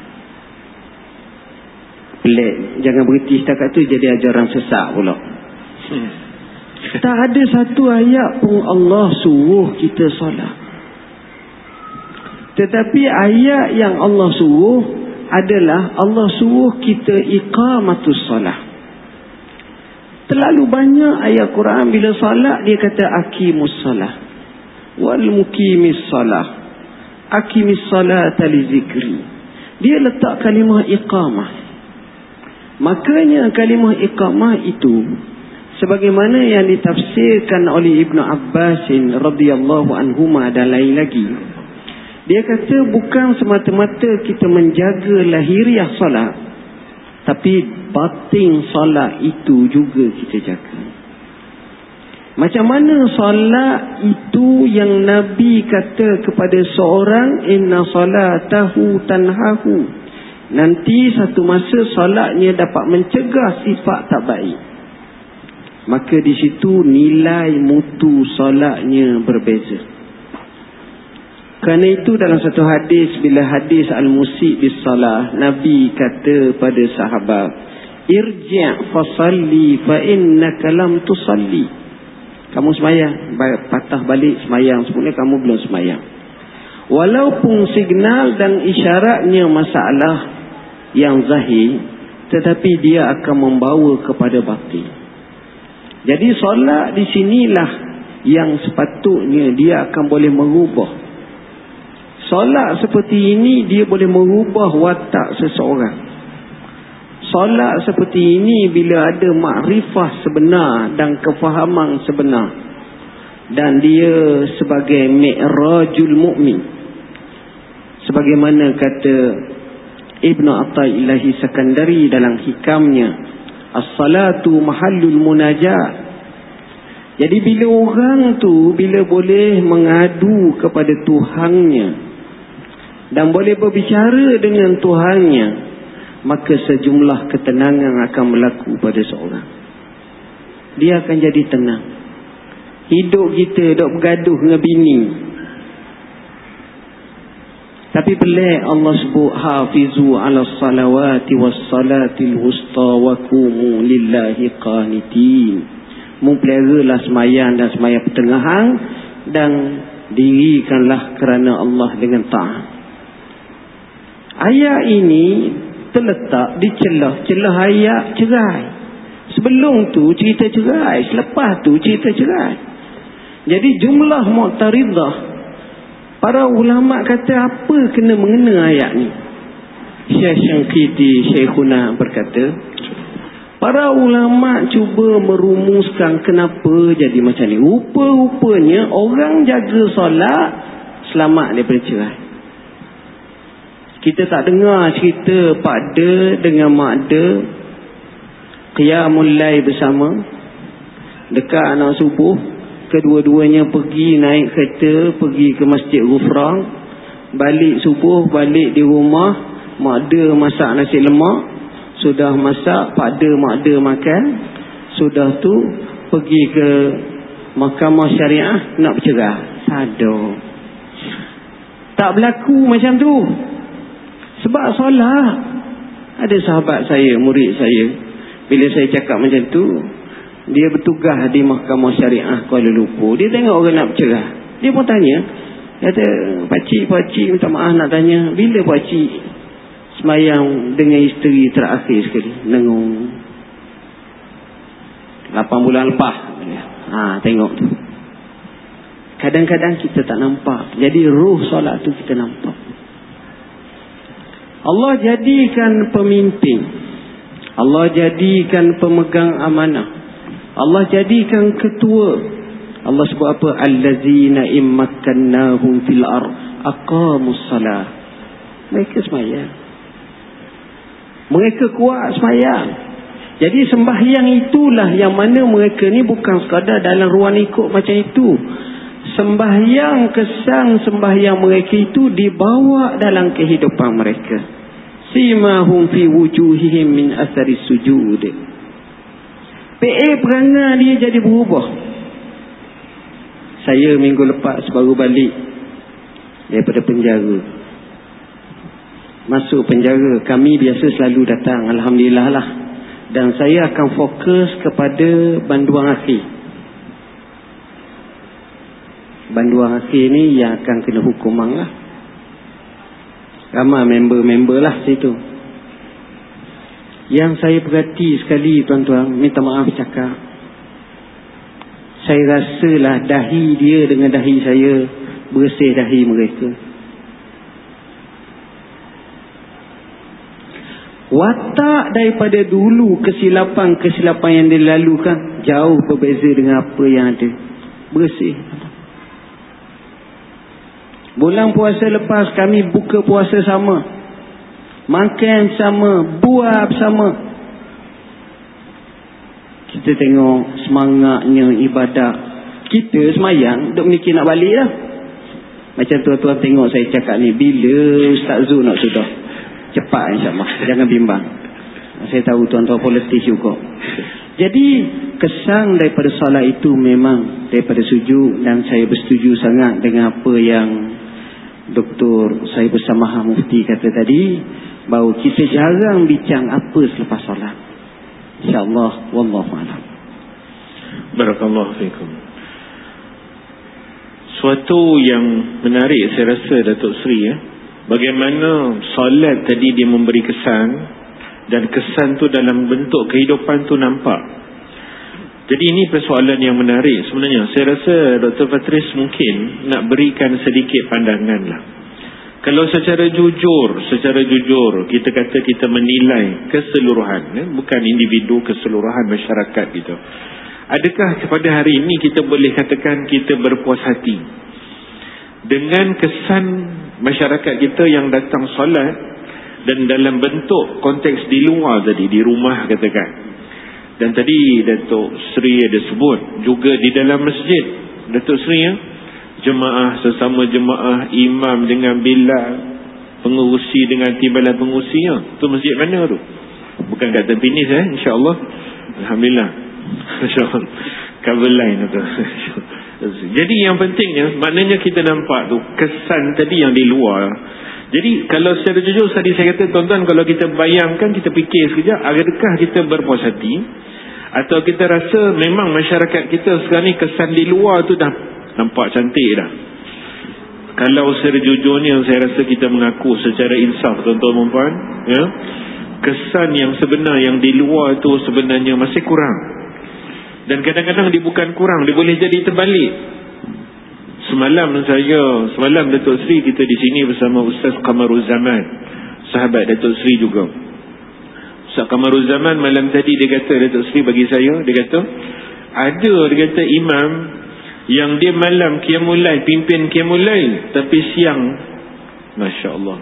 Pelik, jangan berhenti setakat tu jadi ajaran sesat pula. Tak ada satu ayat pun Allah suruh kita solat. Tetapi ayat yang Allah suruh adalah Allah suruh kita iqamatus solah. Terlalu banyak ayat Quran bila solat dia kata aqimus solah wal muqimis solah, aqimis solata li zikri. Dia letak kalimah iqamah. Makanya kalimah iqamah itu sebagaimana yang ditafsirkan oleh Ibnu Abbas radhiyallahu anhuma dan lain lagi. Dia kata bukan semata-mata kita menjaga lahiriah solat, tapi batin solat itu juga kita jaga. Macam mana solat itu yang Nabi kata kepada seorang, inna salatahu tanhahu, nanti satu masa solatnya dapat mencegah sifat tak baik. Maka di situ nilai mutu solatnya berbeza. Kerana itu dalam satu hadis, bila hadis al-musi' bis salah, Nabi kata pada sahabat, irji' fasalli fa innaka lam tusalli. kamu semayang, patah balik semayang semula, kamu belum semayang. Walaupun signal dan isyaratnya masalah yang zahir, tetapi dia akan membawa kepada batin. Jadi solat di sinilah yang sepatutnya dia akan boleh merubah. Solat seperti ini dia boleh merubah watak seseorang. Solat seperti ini bila ada makrifah sebenar dan kefahaman sebenar, dan dia sebagai mi'rajul mu'min, sebagaimana kata Ibn Athaillah Sakandari dalam hikamnya, as-salatu mahallul munajat. Jadi bila orang tu bila boleh mengadu kepada Tuhannya dan boleh berbicara dengan Tuhannya, maka sejumlah ketenangan akan berlaku pada seorang. Dia akan jadi tenang. Hidup kita dok bergaduh dengan bini, tapi pelik Allah sebut hafizu ala salawati was salatil wusta wa qumu lillahi qanitin. Mempeliharalah semayang dan semayang pertengahan, dan dirikanlah kerana Allah dengan taat. Ayat ini terletak di celah ayat cerai. Sebelum tu cerita cerai, selepas tu cerita cerai. Jadi jumlah Mu'taridah, para ulama kata apa kena mengena ayat ni? Syekh Syangkiti Syekhuna berkata, para ulama cuba merumuskan kenapa jadi macam ni. Rupa-rupanya orang jaga solat selamat daripada cerai. Kita tak dengar cerita Pak De dengan Mak De qiyamul lail bersama dekat anak subuh. Kedua-duanya pergi naik kereta, pergi ke Masjid Ghufran, balik subuh, balik di rumah. Mak De masak nasi lemak, sudah masak, Pak De Mak De makan. Sudah tu pergi ke Mahkamah Syariah nak bercerai. Sadar. Tak berlaku macam tu. Sebab solat. Ada sahabat saya, murid saya, bila saya cakap macam tu, dia bertugas di Mahkamah Syariah Kuala Lumpur. Dia tengok orang nak bercerai, dia pun tanya, kata, pakcik minta maaf nak tanya, bila pakcik semayang dengan isteri terakhir sekali? Nengung 8 bulan lepas. Tengok tu. Kadang-kadang kita tak nampak. Jadi ruh solat tu kita nampak. Allah jadikan pemimpin, Allah jadikan pemegang amanah, Allah jadikan ketua. Allah sebut apa? Allazina immakkannahum fil ard aqamus salah. Mereka sembahyang, mereka kuat sembahyang. Jadi sembahyang itulah yang mana mereka ni bukan sekadar dalam ruang ikut macam itu. Sembahyang, kesan sembahyang mereka itu dibawa dalam kehidupan mereka. Simahum fi wujuhihim min athari sujud. Perangai dia jadi berubah. Saya minggu lepas baru balik daripada penjara. Masuk penjara, kami biasa selalu datang, alhamdulillah lah. Dan saya akan fokus kepada banduan akhir. Banduan akhir ni yang akan kena hukuman lah. Ramai member-member lah situ. Yang saya perhati sekali tuan-tuan, minta maaf cakap, saya rasalah dahi dia dengan dahi saya bersih dahi mereka. Watak daripada dulu, kesilapan yang dilalukan jauh berbeza dengan apa yang ada. Bersih. Bulan puasa lepas kami buka puasa sama, makan sama, buat sama. Kita tengok semangatnya ibadah. Kita semayang duk mikir nak balik lah. Macam tuan-tuan tengok saya cakap ni, bila Ustaz Zul nak sudah? Cepat insyaAllah, jangan bimbang. Saya tahu tuan-tuan politis juga. Jadi kesan daripada solat itu memang daripada sujud. Dan saya bersetuju sangat dengan apa yang Dr. saya bersama Mufti kata tadi, bahawa kita jarang bincang apa selepas solat. InsyaAllah, wallahu a'lam. Barakallahu fiikum. sesuatu yang menarik saya rasa Datuk Seri bagaimana solat tadi dia memberi kesan, dan kesan tu dalam bentuk kehidupan tu nampak. Jadi ini persoalan yang menarik sebenarnya. Saya rasa Dr. Patris mungkin nak berikan sedikit pandangan lah. Kalau secara jujur kita kata kita menilai keseluruhan, bukan individu, keseluruhan masyarakat gitu. Adakah pada hari ini kita boleh katakan kita berpuas hati dengan kesan masyarakat kita yang datang solat, dan dalam bentuk konteks di luar tadi, di rumah katakan, dan tadi Datuk Seri ada sebut juga di dalam masjid Datuk Seri jemaah sesama jemaah, imam dengan bilal, pengurusi dengan timbalan pengurusi tu masjid mana tu? Bukan kat Tampines insya-Allah. Alhamdulillah. Insya-Allah. Cover line tu. Jadi yang pentingnya maknanya kita nampak tu kesan tadi yang di luar. Jadi kalau secara jujur tadi saya kata tuan-tuan, kalau kita bayangkan, kita fikir sekejap, adakah kita berpuas hati atau kita rasa memang masyarakat kita sekarang ni kesan di luar tu dah nampak cantik dah. Kalau secara jujurnya saya rasa kita mengaku secara insaf tuan-tuan dan puan, kesan yang sebenar yang di luar tu sebenarnya masih kurang. Dan kadang-kadang dia bukan kurang, dia boleh jadi terbalik. Semalam Datuk Seri kita di sini bersama Ustaz Qamaruzzaman, sahabat Datuk Seri juga. Ustaz Qamaruzzaman malam tadi dia kata, Datuk Seri bagi saya, dia kata dia kata imam yang dia malam qiyamul lail, pimpin qiyamul lail, tapi siang Masya Allah.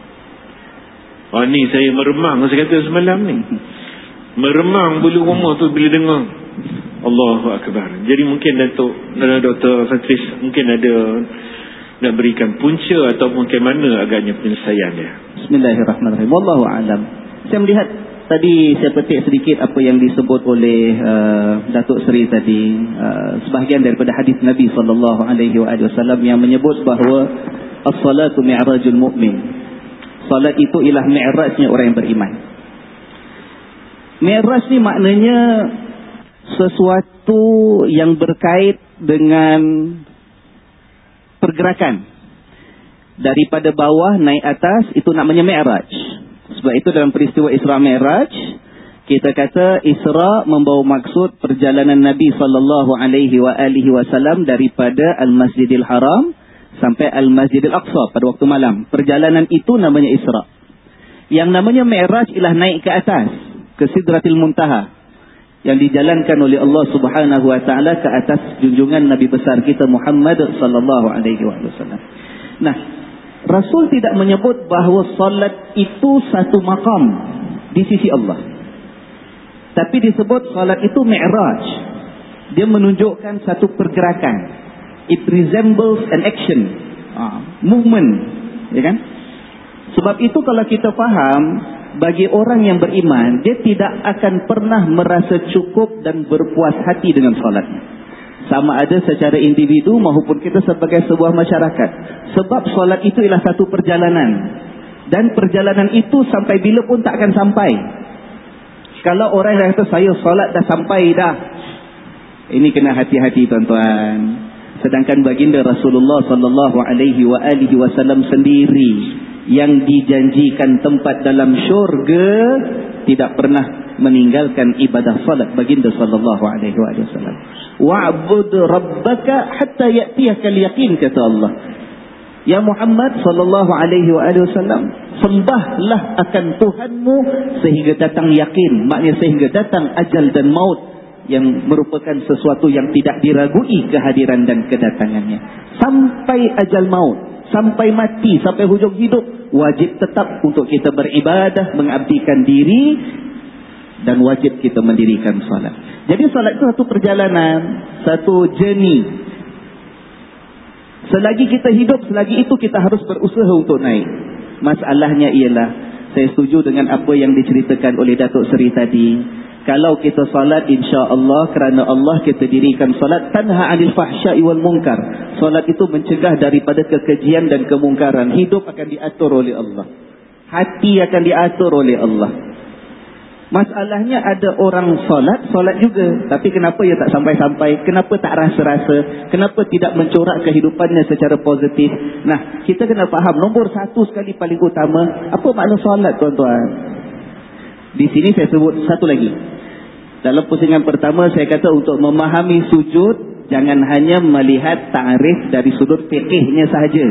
Ni saya meremang, saya kata semalam ni meremang bulu rumah tu bila dengar Allahu Akbar. Jadi mungkin Dr. Patris mungkin ada nak berikan punca atau mungkin mana agaknya penyelesaian dia. Bismillahirrahmanirrahim. Wallahu a'lam. Saya melihat tadi saya petik sedikit apa yang disebut oleh Datuk Seri tadi, sebahagian daripada hadis Nabi sallallahu alaihi wasallam yang menyebut bahawa as-salatu mi'rajul mu'min. Salat itu ialah mi'rajnya orang yang beriman. Mi'raj ni maknanya sesuatu yang berkait dengan pergerakan daripada bawah naik atas, itu namanya mi'raj. Sebab itu dalam peristiwa Isra Mi'raj kita kata Isra membawa maksud perjalanan Nabi sallallahu alaihi wasallam daripada Al-Masjidil Haram sampai Al-Masjidil Aqsa pada waktu malam. Perjalanan itu namanya Isra. Yang namanya Mi'raj ialah naik ke atas, ke Sidratil Muntaha, yang dijalankan oleh Allah Subhanahu wa taala ke atas junjungan Nabi besar kita Muhammad sallallahu alaihi wasallam. Nah, Rasul tidak menyebut bahawa salat itu satu maqam di sisi Allah. Tapi disebut salat itu mi'raj. Dia menunjukkan satu pergerakan. It resembles an action, movement, ya kan? Sebab itu kalau kita faham, bagi orang yang beriman, dia tidak akan pernah merasa cukup dan berpuas hati dengan solatnya. Sama ada secara individu maupun kita sebagai sebuah masyarakat. Sebab solat itu ialah satu perjalanan. Dan perjalanan itu sampai bila pun tak akan sampai. Kalau orang yang kata saya solat dah sampai dah, ini kena hati-hati tuan-tuan. Sedangkan baginda Rasulullah sallallahu alaihi wasallam sendiri yang dijanjikan tempat dalam syurga tidak pernah meninggalkan ibadah salat baginda sallallahu alaihi wasallam. Wa'bud rabbaka hatta ya'tiyakal yaqin, kata Allah. Ya Muhammad sallallahu alaihi wasallam, sembahlah akan Tuhanmu sehingga datang yakin, maknanya sehingga datang ajal dan maut yang merupakan sesuatu yang tidak diragui kehadiran dan kedatangannya. Sampai ajal maut, sampai mati, sampai hujung hidup, wajib tetap untuk kita beribadah, mengabdikan diri, dan wajib kita mendirikan salat. Jadi salat itu satu perjalanan, satu journey. Selagi kita hidup, selagi itu kita harus berusaha untuk naik. Masalahnya ialah, saya setuju dengan apa yang diceritakan oleh Datuk Seri tadi. Kalau kita salat, insya-Allah kerana Allah kita dirikan salat, tanha 'anil fahsya'i wal munkar. Salat itu mencegah daripada kekejian dan kemungkaran. Hidup akan diatur oleh Allah. Hati akan diatur oleh Allah. Masalahnya ada orang solat juga, tapi kenapa ia tak sampai-sampai? Kenapa tak rasa-rasa? Kenapa tidak mencorak kehidupannya secara positif? Nah, kita kena faham nombor satu sekali paling utama, apa makna solat, tuan-tuan? Di sini saya sebut satu lagi. Dalam pusingan pertama saya kata untuk memahami sujud, jangan hanya melihat ta'rif dari sudut fiqihnya sahaja.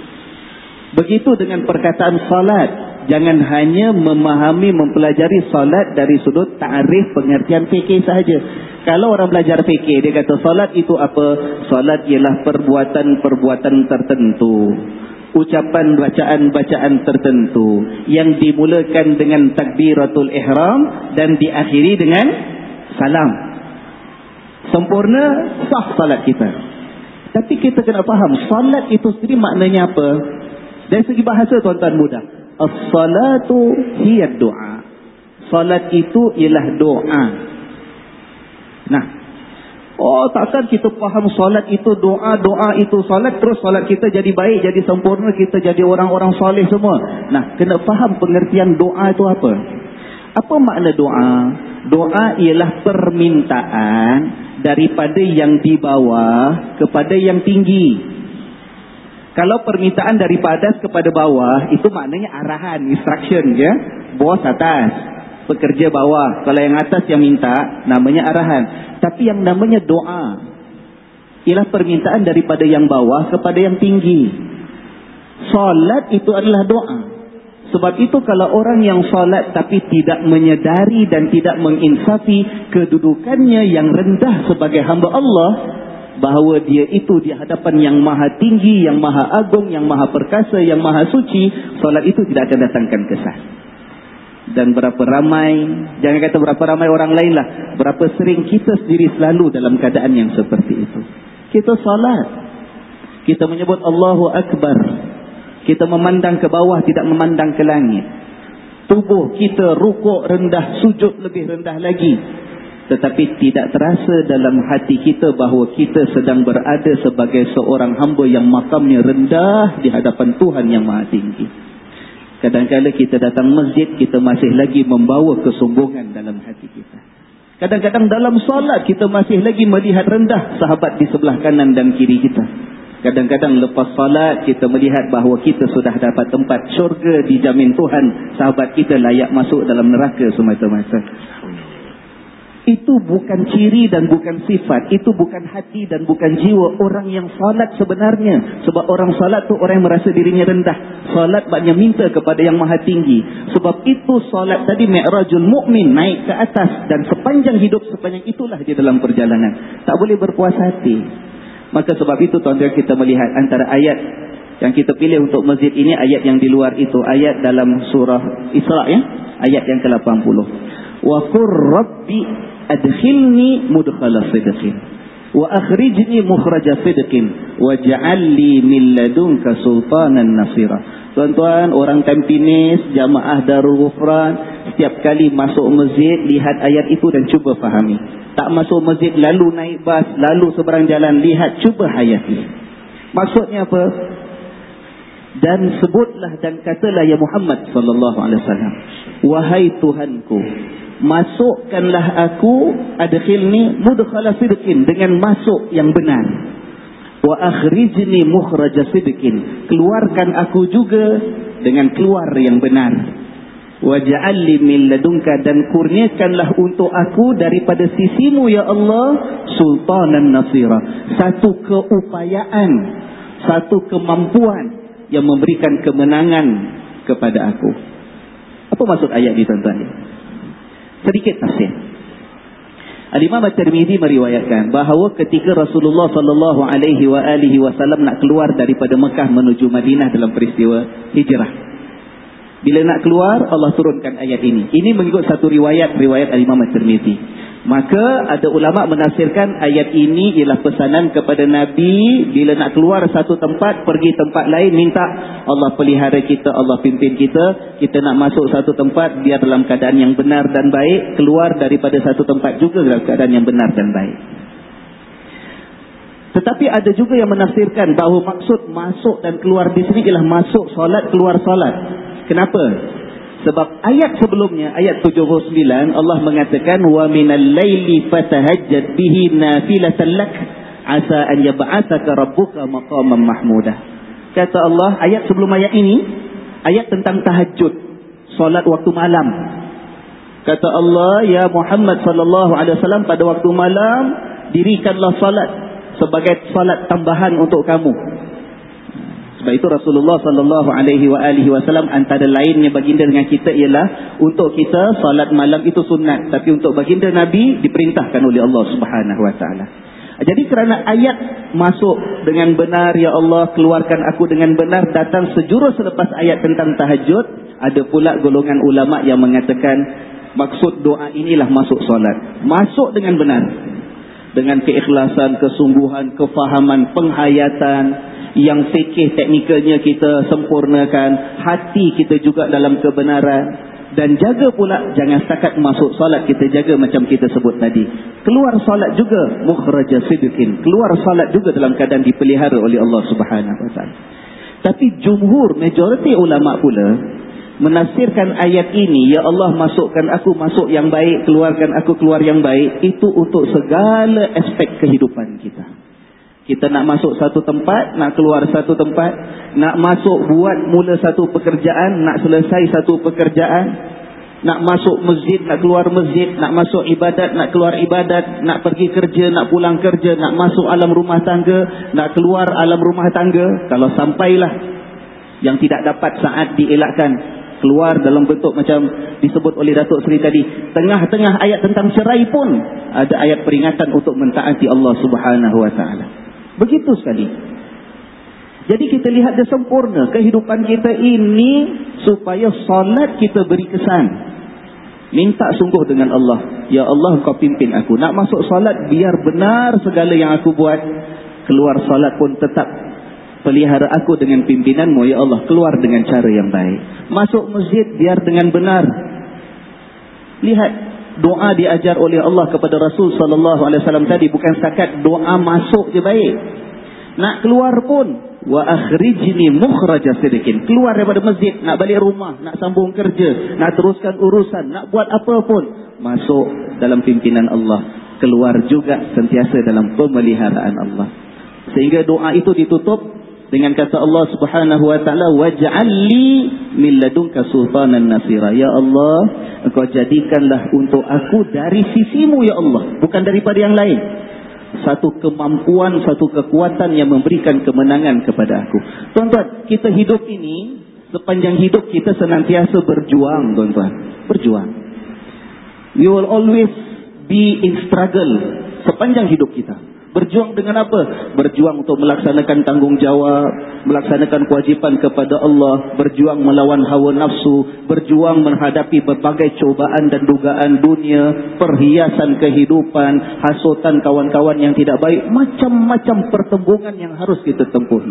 Begitu dengan perkataan solat, jangan hanya memahami, mempelajari solat dari sudut ta'rif pengertian fikih sahaja. Kalau orang belajar fikih, dia kata solat itu apa? Solat ialah perbuatan-perbuatan tertentu, ucapan bacaan-bacaan tertentu yang dimulakan dengan takbiratul ihram dan diakhiri dengan salam. Sempurna, sah salat kita. Tapi kita kena faham, salat itu sendiri maknanya apa? Dari segi bahasa, tuan-tuan mudah. As-salatu hiya doa. Salat itu ialah doa. Nah, takkan kita faham salat itu doa, doa itu salat, terus salat kita jadi baik, jadi sempurna, kita jadi orang-orang soleh semua. Nah, kena faham pengertian doa itu apa. Apa makna doa? Doa ialah permintaan daripada yang di bawah kepada yang tinggi. Kalau permintaan daripada kepada bawah, itu maknanya arahan, instruction, ya. Bos atas, pekerja bawah. Kalau yang atas yang minta, namanya arahan. Tapi yang namanya doa ialah permintaan daripada yang bawah kepada yang tinggi. Solat itu adalah doa. Sebab itu kalau orang yang solat tapi tidak menyedari dan tidak menginsafi kedudukannya yang rendah sebagai hamba Allah, bahawa dia itu di hadapan yang maha tinggi, yang maha agung, yang maha perkasa, yang maha suci, solat itu tidak akan datangkan kesah. Dan berapa ramai, jangan kata berapa ramai orang lain lah, berapa sering kita sendiri selalu dalam keadaan yang seperti itu. Kita solat, kita menyebut Allahu Akbar, kita memandang ke bawah, tidak memandang ke langit. Tubuh kita rukuk rendah, sujud lebih rendah lagi. Tetapi tidak terasa dalam hati kita bahawa kita sedang berada sebagai seorang hamba yang makamnya rendah di hadapan Tuhan yang maha tinggi. Kadang-kadang kita datang masjid, kita masih lagi membawa kesombongan dalam hati kita. Kadang-kadang dalam solat, kita masih lagi melihat rendah sahabat di sebelah kanan dan kiri kita. Kadang-kadang lepas solat, kita melihat bahawa kita sudah dapat tempat syurga dijamin Tuhan. Sahabat kita layak masuk dalam neraka semata-mata. Itu bukan ciri dan bukan sifat. Itu bukan hati dan bukan jiwa orang yang salat sebenarnya. Sebab orang salat tu orang yang merasa dirinya rendah. Salat maknanya minta kepada yang maha tinggi. Sebab itu salat tadi mi'rajul mu'min, naik ke atas. Dan sepanjang hidup, sepanjang itulah dia dalam perjalanan. Tak boleh berpuas hati. Maka sebab itu tuan-tuan, kita melihat antara ayat yang kita pilih untuk masjid ini, ayat yang di luar itu. Ayat dalam surah Isra, ya, ayat yang ke-80. Wa qur rabbi adkhilni mudkhala sidqin wa akhrijni mukhraja sidqin waj'al li min ladunka sultanan nasira. Tuan-tuan, orang Tampines, jamaah Darul Ghufran, setiap kali masuk masjid, lihat ayat itu dan cuba fahami. Tak masuk masjid, lalu naik bas, lalu seberang jalan, lihat, cuba hayati. Maksudnya apa? Dan sebutlah dan katalah ya Muhammad sallallahu alaihi wasallam, wahai Tuhanku, masukkanlah aku, adkhilni mudkhala sidqin, dengan masuk yang benar. Wa akhrijni mukhraja sidqin, keluarkan aku juga dengan keluar yang benar. Waj'al li min ladunka, dan kurniakanlah untuk aku daripada sisimu ya Allah, sultanan nasira, satu keupayaan, satu kemampuan yang memberikan kemenangan kepada aku. Apa maksud ayat ini, tuan-tuan? Sedikit tafsir. Al-Imam At-Tirmidzi meriwayatkan bahawa ketika Rasulullah sallallahu alaihi wasallam nak keluar daripada Mekah menuju Madinah dalam peristiwa hijrah, bila nak keluar, Allah turunkan ayat ini. Ini mengikut satu riwayat Al-Imam At-Tirmidzi. Maka ada ulama menafsirkan ayat ini ialah pesanan kepada Nabi, bila nak keluar satu tempat, pergi tempat lain, minta Allah pelihara kita, Allah pimpin kita. Kita nak masuk satu tempat, biar dalam keadaan yang benar dan baik, keluar daripada satu tempat juga dalam keadaan yang benar dan baik. Tetapi ada juga yang menafsirkan bahawa maksud masuk dan keluar di sini ialah masuk solat, keluar solat. Kenapa? Sebab ayat sebelumnya, ayat 79, Allah mengatakan wa minal laili fatahajjad bihi nafilatan lak asa an yab'atsaka rabbuka maqaman mahmudah. Kata Allah, ayat sebelum ayat ini ayat tentang tahajud, solat waktu malam. Kata Allah, ya Muhammad sallallahu alaihi wasallam, pada waktu malam dirikanlah solat sebagai solat tambahan untuk kamu. Sebab itu Rasulullah sallallahu alaihi wasallam antara lainnya baginda dengan kita ialah untuk kita salat malam itu sunat, tapi untuk baginda Nabi diperintahkan oleh Allah Subhanahu wa taala. Jadi kerana ayat masuk dengan benar, ya Allah keluarkan aku dengan benar, datang sejurus selepas ayat tentang tahajud, ada pula golongan ulama yang mengatakan maksud doa inilah masuk solat. Masuk dengan benar, dengan keikhlasan, kesungguhan, kefahaman, penghayatan, yang fikih teknikalnya kita sempurnakan, hati kita juga dalam kebenaran. Dan jaga pula, jangan setakat masuk solat kita jaga macam kita sebut tadi, keluar solat juga mukhraja sidqin, keluar solat juga dalam keadaan dipelihara oleh Allah Subhanahu wa taala. Tapi jumhur, majoriti ulama pula menafsirkan ayat ini, ya Allah masukkan aku masuk yang baik, keluarkan aku keluar yang baik, itu untuk segala aspek kehidupan kita. Kita nak masuk satu tempat, nak keluar satu tempat, nak masuk buat mula satu pekerjaan, nak selesai satu pekerjaan, nak masuk masjid, nak keluar masjid, nak masuk ibadat, nak keluar ibadat, nak pergi kerja, nak pulang kerja, nak masuk alam rumah tangga, nak keluar alam rumah tangga. Kalau sampailah yang tidak dapat saat dielakkan, keluar dalam bentuk macam disebut oleh Datuk Seri tadi, tengah-tengah ayat tentang cerai pun ada ayat peringatan untuk mentaati Allah Subhanahu wa taala. Begitu sekali. Jadi kita lihat dia sempurna kehidupan kita ini supaya solat kita beri kesan. Minta sungguh dengan Allah, ya Allah kau pimpin aku. Nak masuk solat biar benar segala yang aku buat. Keluar solat pun tetap pelihara aku dengan pimpinanmu, ya Allah. Keluar dengan cara yang baik. Masuk masjid biar dengan benar. Lihat doa diajar oleh Allah kepada Rasul sallallahu alaihi wasallam tadi, bukan setakat doa masuk je baik. Nak keluar pun wa akhrijni mukhraja sidqin. Keluar daripada masjid, nak balik rumah, nak sambung kerja, nak teruskan urusan, nak buat apa pun, masuk dalam pimpinan Allah. Keluar juga sentiasa dalam pemeliharaan Allah. Sehingga doa itu ditutup dengan kata Allah Subhanahu wa taala, waj'alli min ladunka sultanan nasira. Ya Allah, engkau jadikanlah untuk aku dari sisimu ya Allah, bukan daripada yang lain, satu kemampuan, satu kekuatan yang memberikan kemenangan kepada aku. Tuan-tuan, kita hidup ini, sepanjang hidup kita senantiasa berjuang, tuan-tuan. Berjuang. We will always be in struggle sepanjang hidup kita. Berjuang dengan apa? Berjuang untuk melaksanakan tanggungjawab, melaksanakan kewajipan kepada Allah, berjuang melawan hawa nafsu, berjuang menghadapi berbagai cobaan dan dugaan dunia, perhiasan kehidupan, hasutan kawan-kawan yang tidak baik, macam-macam pertembungan yang harus kita tempuhi.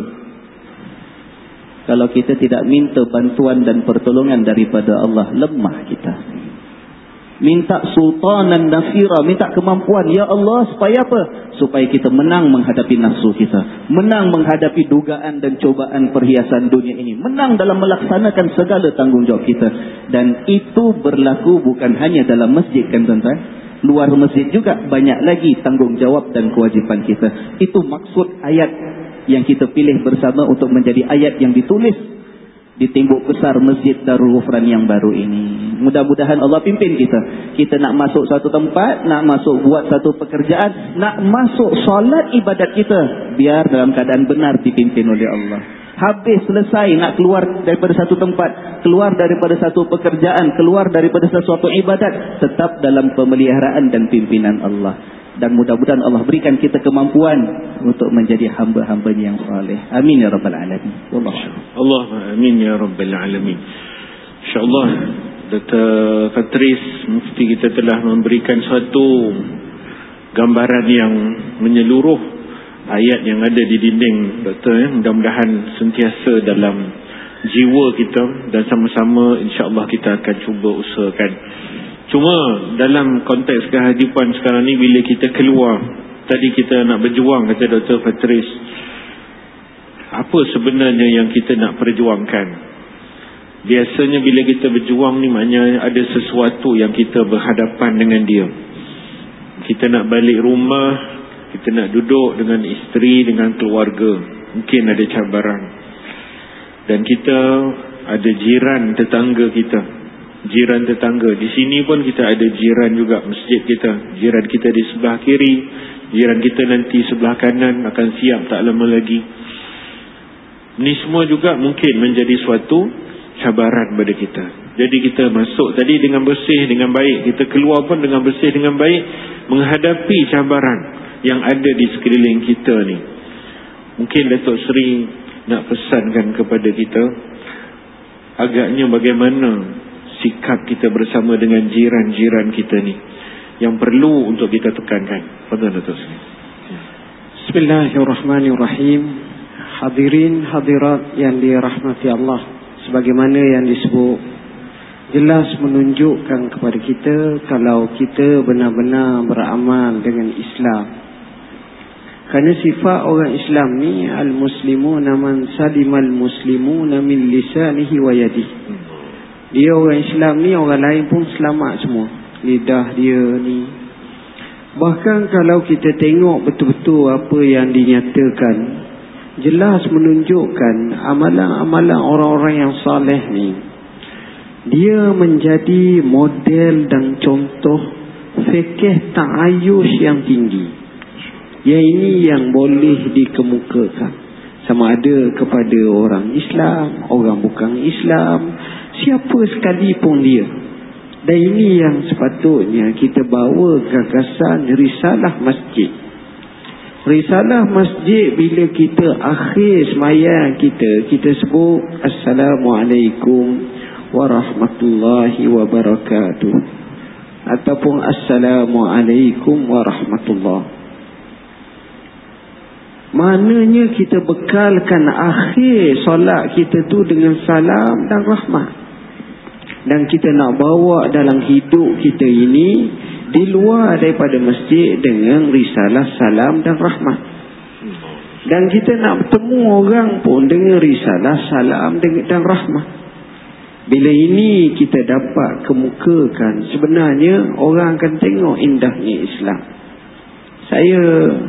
Kalau kita tidak minta bantuan dan pertolongan daripada Allah, lemah kita. Minta sultanan nasira, minta kemampuan, ya Allah, supaya apa? Supaya kita menang menghadapi nafsu kita, menang menghadapi dugaan dan cobaan perhiasan dunia ini, menang dalam melaksanakan segala tanggungjawab kita. Dan itu berlaku bukan hanya dalam masjid, kan tuan-tuan? Luar masjid juga banyak lagi tanggungjawab dan kewajipan kita. Itu maksud ayat yang kita pilih bersama untuk menjadi ayat yang ditulis di tembok besar Masjid Darul Ghufran yang baru ini. Mudah-mudahan Allah pimpin kita. Kita nak masuk satu tempat, nak masuk buat satu pekerjaan, nak masuk solat ibadat kita, biar dalam keadaan benar dipimpin oleh Allah. Habis selesai nak keluar daripada satu tempat, keluar daripada satu pekerjaan, keluar daripada sesuatu ibadat, tetap dalam pemeliharaan dan pimpinan Allah. Dan mudah-mudahan Allah berikan kita kemampuan untuk menjadi hamba-hambanya yang saleh. Amin ya rabbal alamin. Allahumma amin ya rabbal alamin. InsyaAllah Dr. Fatris Mufti kita telah memberikan suatu gambaran yang menyeluruh ayat yang ada di dinding Doktor. Mudah-mudahan sentiasa dalam jiwa kita, dan sama-sama insyaAllah kita akan cuba usahakan. Cuma dalam konteks kehidupan sekarang ni, bila kita keluar, tadi kita nak berjuang, kata Dr. Fatris, apa sebenarnya yang kita nak perjuangkan? Biasanya bila kita berjuang ni, maknanya ada sesuatu yang kita berhadapan dengan dia. Kita nak balik rumah, kita nak duduk dengan isteri, dengan keluarga, mungkin ada cabaran. Dan kita ada jiran tetangga kita, jiran tetangga. Di sini pun kita ada jiran juga, masjid kita, jiran kita di sebelah kiri, jiran kita nanti sebelah kanan akan siap tak lama lagi. Ini semua juga mungkin menjadi suatu cabaran pada kita. Jadi kita masuk tadi dengan bersih, dengan baik, kita keluar pun dengan bersih, dengan baik, menghadapi cabaran yang ada di sekeliling kita ni. Mungkin Datuk Seri nak pesankan kepada kita, agaknya bagaimana sikap kita bersama dengan jiran-jiran kita ni yang perlu untuk kita tekankan. Fadhal Datuk Seri. Bismillahirrahmanirrahim. Hadirin hadirat yang dirahmati Allah, sebagaimana yang disebut, jelas menunjukkan kepada kita kalau kita benar-benar beramal dengan Islam. Kerana sifat orang Islam ni, al-muslimuna man salimal muslimuna min lisanihi wa yadihi. Dia orang Islam ni, orang lain pun selamat semua, lidah dia ni. Bahkan kalau kita tengok betul-betul apa yang dinyatakan, jelas menunjukkan amalan-amalan orang-orang yang saleh ni, dia menjadi model dan contoh fikih ta'ayush yang tinggi. Yang ini yang boleh dikemukakan, sama ada kepada orang Islam, orang bukan Islam, siapa sekalipun dia. Dan ini yang sepatutnya kita bawa gagasan risalah masjid. Risalah masjid, bila kita akhir sembahyang kita sebut Assalamualaikum warahmatullahi wabarakatuh, ataupun Assalamualaikum warahmatullahi. Maknanya kita bekalkan akhir solat kita tu dengan salam dan rahmat. Dan kita nak bawa dalam hidup kita ini di luar daripada masjid dengan risalah salam dan rahmat. Dan kita nak bertemu orang pun dengan risalah salam dan rahmat. Bila ini kita dapat kemukakan, sebenarnya orang akan tengok indahnya Islam. Saya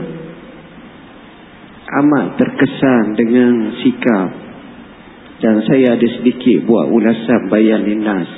amat terkesan dengan sikap, dan saya ada sedikit buat ulasan bayan linnas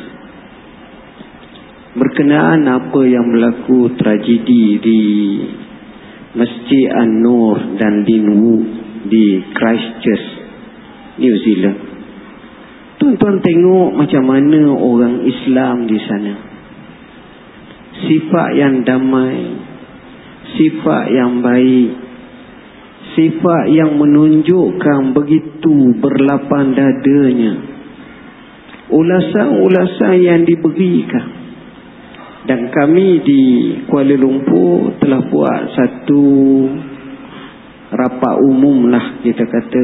berkenaan apa yang berlaku tragedi di Masjid An-Nur dan Linwood di Christchurch, New Zealand. Tuan-tuan tengok macam mana orang Islam di sana. Sifat yang damai, sifat yang baik, sifat yang menunjukkan begitu berlapang dadanya, ulasan-ulasan yang diberikan. Dan kami di Kuala Lumpur telah buat satu rapat umum lah kita kata,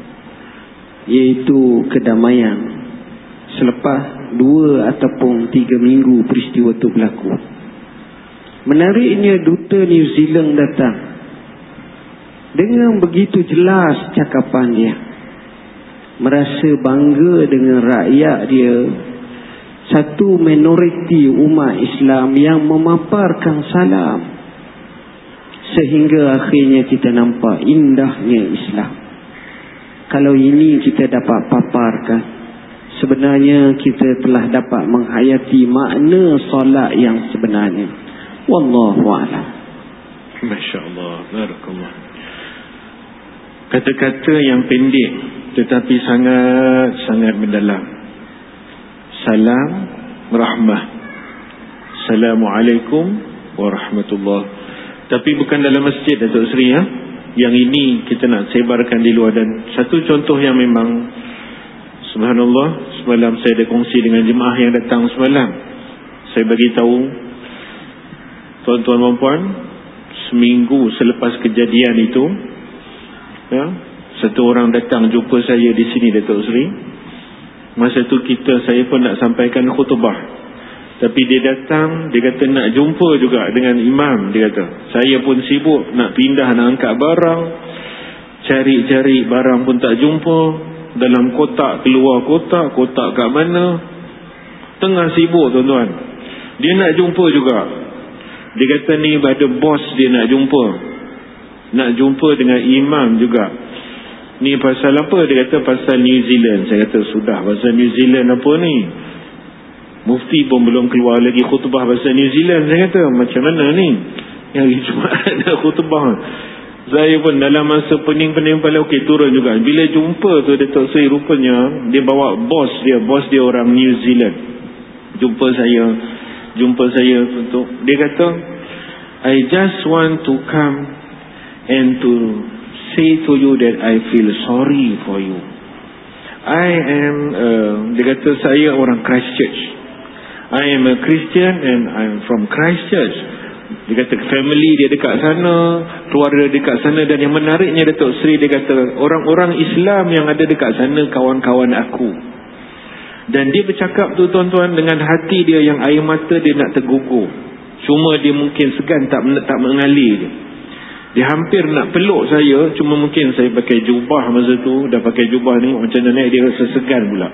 iaitu kedamaian selepas 2 ataupun 3 minggu peristiwa itu berlaku. Menariknya Duta New Zealand datang dengan begitu jelas cakapan dia, merasa bangga dengan rakyat dia, satu minoriti umat Islam yang memaparkan salam, sehingga akhirnya kita nampak indahnya Islam. Kalau ini kita dapat paparkan, sebenarnya kita telah dapat menghayati makna solat yang sebenarnya. Wallahu a'lam. Masya-Allah, barakallah. Kata-kata yang pendek tetapi sangat mendalam. Salam, rahmah, Assalamualaikum warahmatullahi. Tapi bukan dalam masjid, Datuk Seri, ya. Yang ini kita nak sebarkan di luar. Dan satu contoh yang memang subhanallah, semalam saya ada kongsi dengan jemaah yang datang semalam. Saya bagi tahu, tuan-tuan dan puan, seminggu selepas kejadian itu, ya, satu orang datang jumpa saya di sini, Datuk Seri. Masa tu saya pun nak sampaikan khutbah, tapi dia datang, dia kata nak jumpa juga dengan imam. Dia kata saya pun sibuk nak pindah, nak angkat barang, cari-cari barang pun tak jumpa. dalam kotak, keluar kotak, kotak kat mana. Tengah sibuk tuan-tuan. Dia nak jumpa juga. Dia kata ni ada bos dia nak jumpa. Nak jumpa dengan imam juga. Ni pasal apa? Dia kata pasal New Zealand. Saya kata sudah, pasal New Zealand apa ni? Mufti pun belum keluar lagi khutbah pasal New Zealand. Saya kata macam mana ni? Yang hari Jumaat ada khutbah. Saya pun dalam masa pening-pening kepala, okey turun juga. Bila jumpa tu Datuk Seri, rupanya dia bawa bos dia orang New Zealand. Jumpa saya untuk, dia kata, I just want to come and to say to you that I feel sorry for you. I am dia kata saya orang Christchurch. I am a Christian and I am from Christchurch. Dia kata family dia dekat sana, keluarga dekat sana, dan yang menariknya Datuk Seri, dia kata orang-orang Islam yang ada dekat sana kawan-kawan aku. Dan dia bercakap tu tuan-tuan dengan hati dia yang air mata dia nak tergugur. Cuma dia mungkin segan tak mengalir dia. Dia hampir nak peluk saya, cuma mungkin saya pakai jubah masa tu, dah pakai jubah ni macam mana dia rasa segan pula.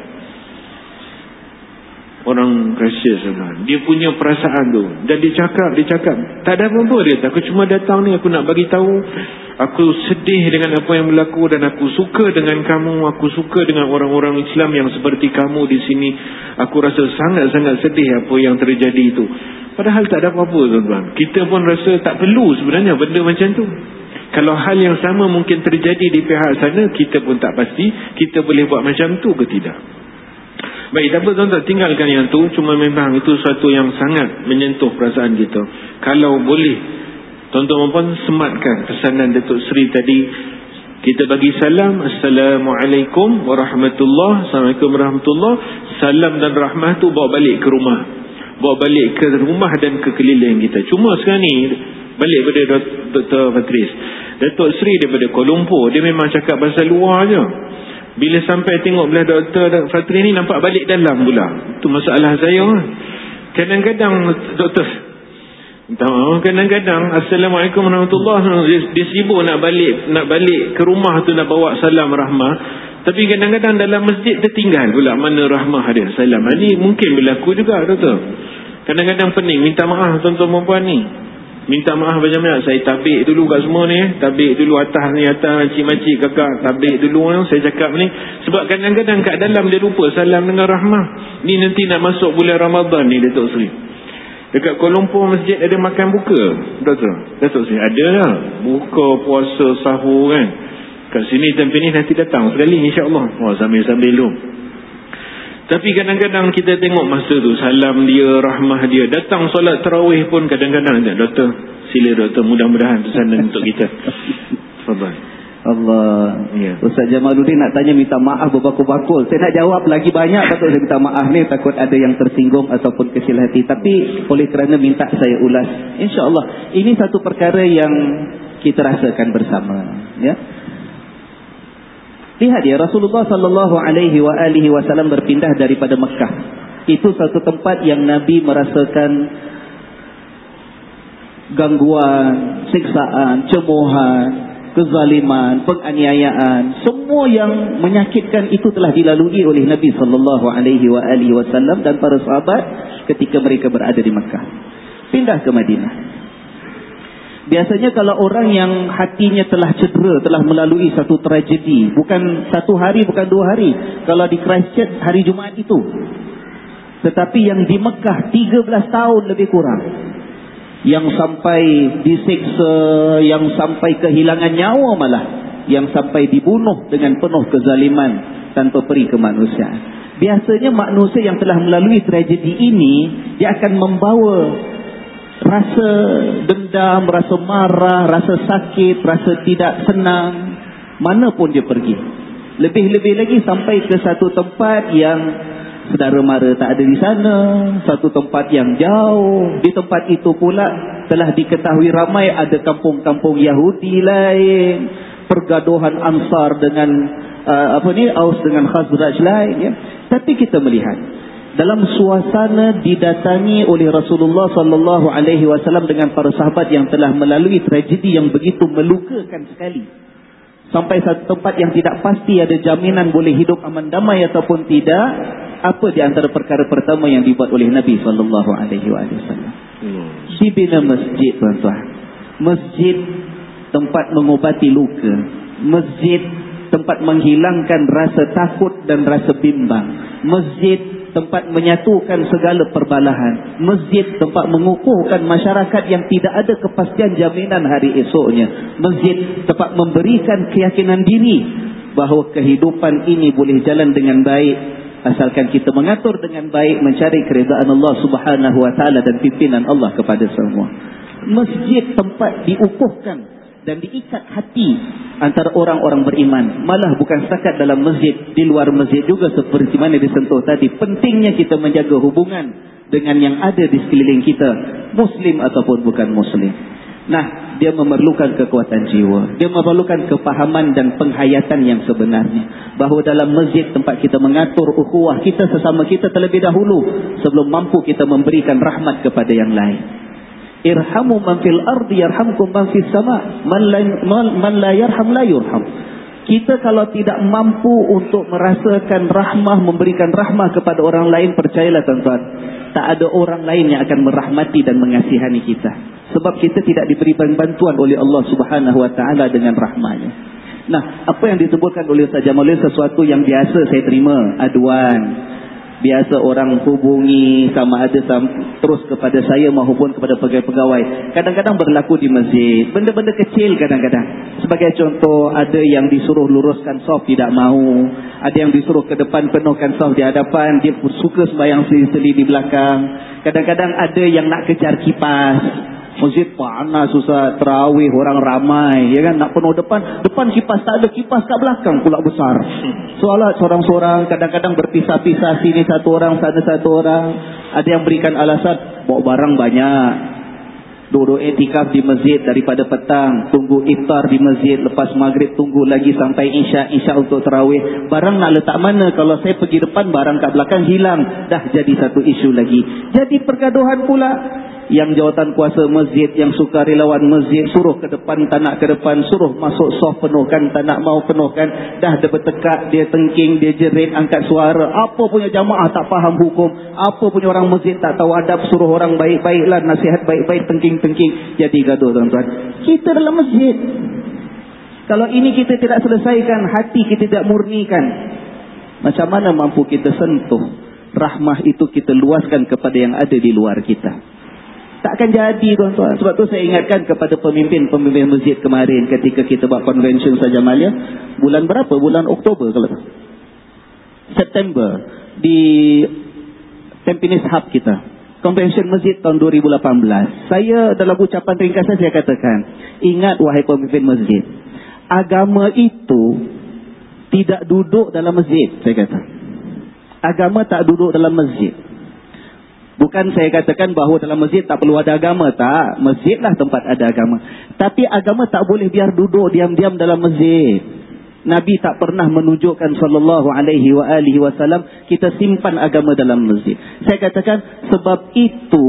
Orang Christian sebenarnya, dia punya perasaan tu. Dan dia cakap tak ada apa-apa. Dia kata, aku cuma datang ni, aku nak bagi tahu aku sedih dengan apa yang berlaku, dan aku suka dengan kamu, aku suka dengan orang-orang Islam yang seperti kamu di sini. Aku rasa sangat-sangat sedih apa yang terjadi itu. Padahal tak ada apa-apa tuan-tuan. Kita pun rasa tak perlu sebenarnya benda macam tu. Kalau hal yang sama mungkin terjadi di pihak sana, kita pun tak pasti kita boleh buat macam tu ke tidak. Baik, tak apa tuan-tuan, tinggalkan yang tu. Cuma memang itu satu yang sangat menyentuh perasaan kita. Kalau boleh, tuan-tuan pun sematkan pesanan Datuk Seri tadi. Kita bagi salam, Assalamualaikum warahmatullahi. Assalamualaikum warahmatullahi. Salam dan rahmah tu bawa balik ke rumah. Bawa balik ke rumah dan ke keliling kita. Cuma sekarang ni balik pada Dr. Patris, Datuk Seri daripada Kuala Lumpur, dia memang cakap bahasa luar je. Bila sampai tengok belah Dr. Fatri ni, nampak balik dalam pula. Itu masalah saya. Kadang-kadang doktor, kadang-kadang Assalamualaikum warahmatullahi, dia sibuk nak balik ke rumah tu, nak bawa salam rahmah. Tapi kadang-kadang dalam masjid tertinggal pula mana rahmah dia, salam. Ini mungkin berlaku juga doktor. Kadang-kadang pening, minta maaf tuan-tuan perempuan ni. Minta maaf macam mana? Saya tabik dulu kat semua ni. Tabik dulu atas ni, atas makcik-makcik kakak. Tabik dulu saya cakap ni. Sebab kadang-kadang kat dalam dia lupa salam dengan rahmah. Ni nanti nak masuk bulan Ramadan ni Datuk Seri. Dekat Kuala Lumpur masjid ada makan buka Datuk Seri. Ada lah. Buka, puasa, sahur kan. Kat sini Tampines nanti datang sekali insya-Allah. Sambil-sambil dulu. Tapi kadang-kadang kita tengok masa tu salam dia, rahmah dia. Datang solat tarawih pun kadang-kadang. Doktor, sila doktor, mudah-mudahan pesanan untuk kita. Fadhal. Allah. Ya. Ustaz Jamaluddin nak tanya minta maaf berbakul-bakul. Saya nak jawab lagi banyak, patut saya minta maaf ni, takut ada yang tersinggung ataupun kecil hati. Tapi oleh kerana minta saya ulas, insya-Allah ini satu perkara yang kita rasakan bersama, ya. Lihat ya, Rasulullah sallallahu alaihi wasallam berpindah daripada Mekah. Itu satu tempat yang Nabi merasakan gangguan, siksaan, cemohan, kezaliman, penganiayaan. Semua yang menyakitkan itu telah dilalui oleh Nabi sallallahu alaihi wasallam dan para sahabat ketika mereka berada di Mekah. Pindah ke Madinah. Biasanya kalau orang yang hatinya telah cedera, telah melalui satu tragedi, bukan satu hari, bukan 2 hari. Kalau di Christchurch hari Jumaat itu. Tetapi yang di Mekah 13 tahun lebih kurang. Yang sampai disiksa, yang sampai kehilangan nyawa malah. Yang sampai dibunuh dengan penuh kezaliman tanpa peri kemanusiaan. Biasanya manusia yang telah melalui tragedi ini, dia akan membawa rasa dendam, rasa marah, rasa sakit, rasa tidak senang manapun dia pergi. Lebih-lebih lagi sampai ke satu tempat yang saudara mara tak ada di sana, satu tempat yang jauh. Di tempat itu pula telah diketahui ramai ada kampung-kampung Yahudi lain, pergaduhan Ansar dengan Aus dengan Khazraj lain, ya. Tapi kita melihat dalam suasana didatangi oleh Rasulullah sallallahu alaihi wasallam dengan para sahabat yang telah melalui tragedi yang begitu melukakan sekali. sampai satu tempat yang tidak pasti ada jaminan boleh hidup aman damai ataupun tidak. Apa di antara perkara pertama yang dibuat oleh Nabi SAW? Dibina masjid, tuan-tuan. Masjid tempat mengobati luka. Masjid tempat menghilangkan rasa takut dan rasa bimbang. Masjid tempat menyatukan segala perbalahan. Masjid tempat mengukuhkan masyarakat yang tidak ada kepastian jaminan hari esoknya. Masjid tempat memberikan keyakinan diri bahawa kehidupan ini boleh jalan dengan baik asalkan kita mengatur dengan baik, mencari keridaan Allah Subhanahu wa taala dan pimpinan Allah kepada semua. Masjid tempat diukuhkan dan diikat hati antara orang-orang beriman. Malah bukan setakat dalam masjid, di luar masjid juga seperti mana disentuh tadi. Pentingnya kita menjaga hubungan dengan yang ada di sekeliling kita, muslim ataupun bukan muslim. Nah, dia memerlukan kekuatan jiwa. Dia memerlukan kepahaman dan penghayatan yang sebenarnya. Bahawa dalam masjid tempat kita mengatur ukhuwah kita sesama kita terlebih dahulu, sebelum mampu kita memberikan rahmat kepada yang lain. Irhamu man fil ardi yarhamkum man fis sama. Man la yarham la yurham. Kita kalau tidak mampu untuk merasakan rahmah, memberikan rahmah kepada orang lain, percayalah tuan-tuan, tak ada orang lain yang akan merahmati dan mengasihani kita. Sebab kita tidak diberi bantuan oleh Allah Subhanahu wa taala dengan rahmahnya. Nah, apa yang disebutkan oleh Ustaz Jamal sesuatu yang biasa saya terima, aduan. Biasa orang hubungi sama ada terus kepada saya maupun kepada pegawai-pegawai. Kadang-kadang berlaku di masjid, benda-benda kecil kadang-kadang. Sebagai contoh, ada yang disuruh luruskan saf tidak mau, ada yang disuruh ke depan penuhkan saf di hadapan, dia suka sembahyang seli-seli di belakang. Kadang-kadang ada yang nak kejar kipas. Masjid panas, susah, tarawih, orang ramai, ya kan, nak penuh depan kipas tak ada, kipas kat belakang pula besar. Solat seorang-seorang, kadang-kadang berpisah-pisah, sini satu orang, sana satu orang. Ada yang berikan alasan bawa barang banyak, duduk iktikaf di masjid daripada petang, tunggu iftar di masjid, lepas maghrib tunggu lagi sampai isya untuk tarawih. Barang nak letak mana? Kalau saya pergi depan, barang kat belakang hilang. Dah jadi satu isu lagi, jadi pergaduhan pula. Yang jawatan kuasa masjid, yang suka relawan masjid, suruh ke depan tak nak ke depan, suruh masuk soft penuhkan tak nak mau penuhkan. Dah dia bertekak, dia tengking, dia jerit, angkat suara. Apa punya jamaah tak faham hukum, apa punya orang masjid tak tahu adab, suruh orang baik-baiklah, nasihat baik-baik, tengking-tengking. Jadi gaduh tuan-tuan. Kita dalam masjid, kalau ini kita tidak selesaikan, hati kita tidak murnikan, macam mana mampu kita sentuh rahmah itu, kita luaskan kepada yang ada di luar kita? Takkan jadi tuan-tuan. Sebab tu saya ingatkan kepada pemimpin masjid kemarin ketika kita buat convention saja Malia. Bulan berapa? Bulan Oktober kalau tak? September di Tampines Hub kita. Convention masjid tahun 2018. Saya dalam ucapan ringkasan saya katakan, ingat wahai pemimpin masjid, agama itu tidak duduk dalam masjid, saya kata. Agama tak duduk dalam masjid. Bukan saya katakan bahawa dalam masjid tak perlu ada agama, tak. Masjidlah tempat ada agama. Tapi agama tak boleh biar duduk diam-diam dalam masjid. Nabi tak pernah menunjukkan sallallahu alaihi wasallam kita simpan agama dalam masjid. Saya katakan sebab itu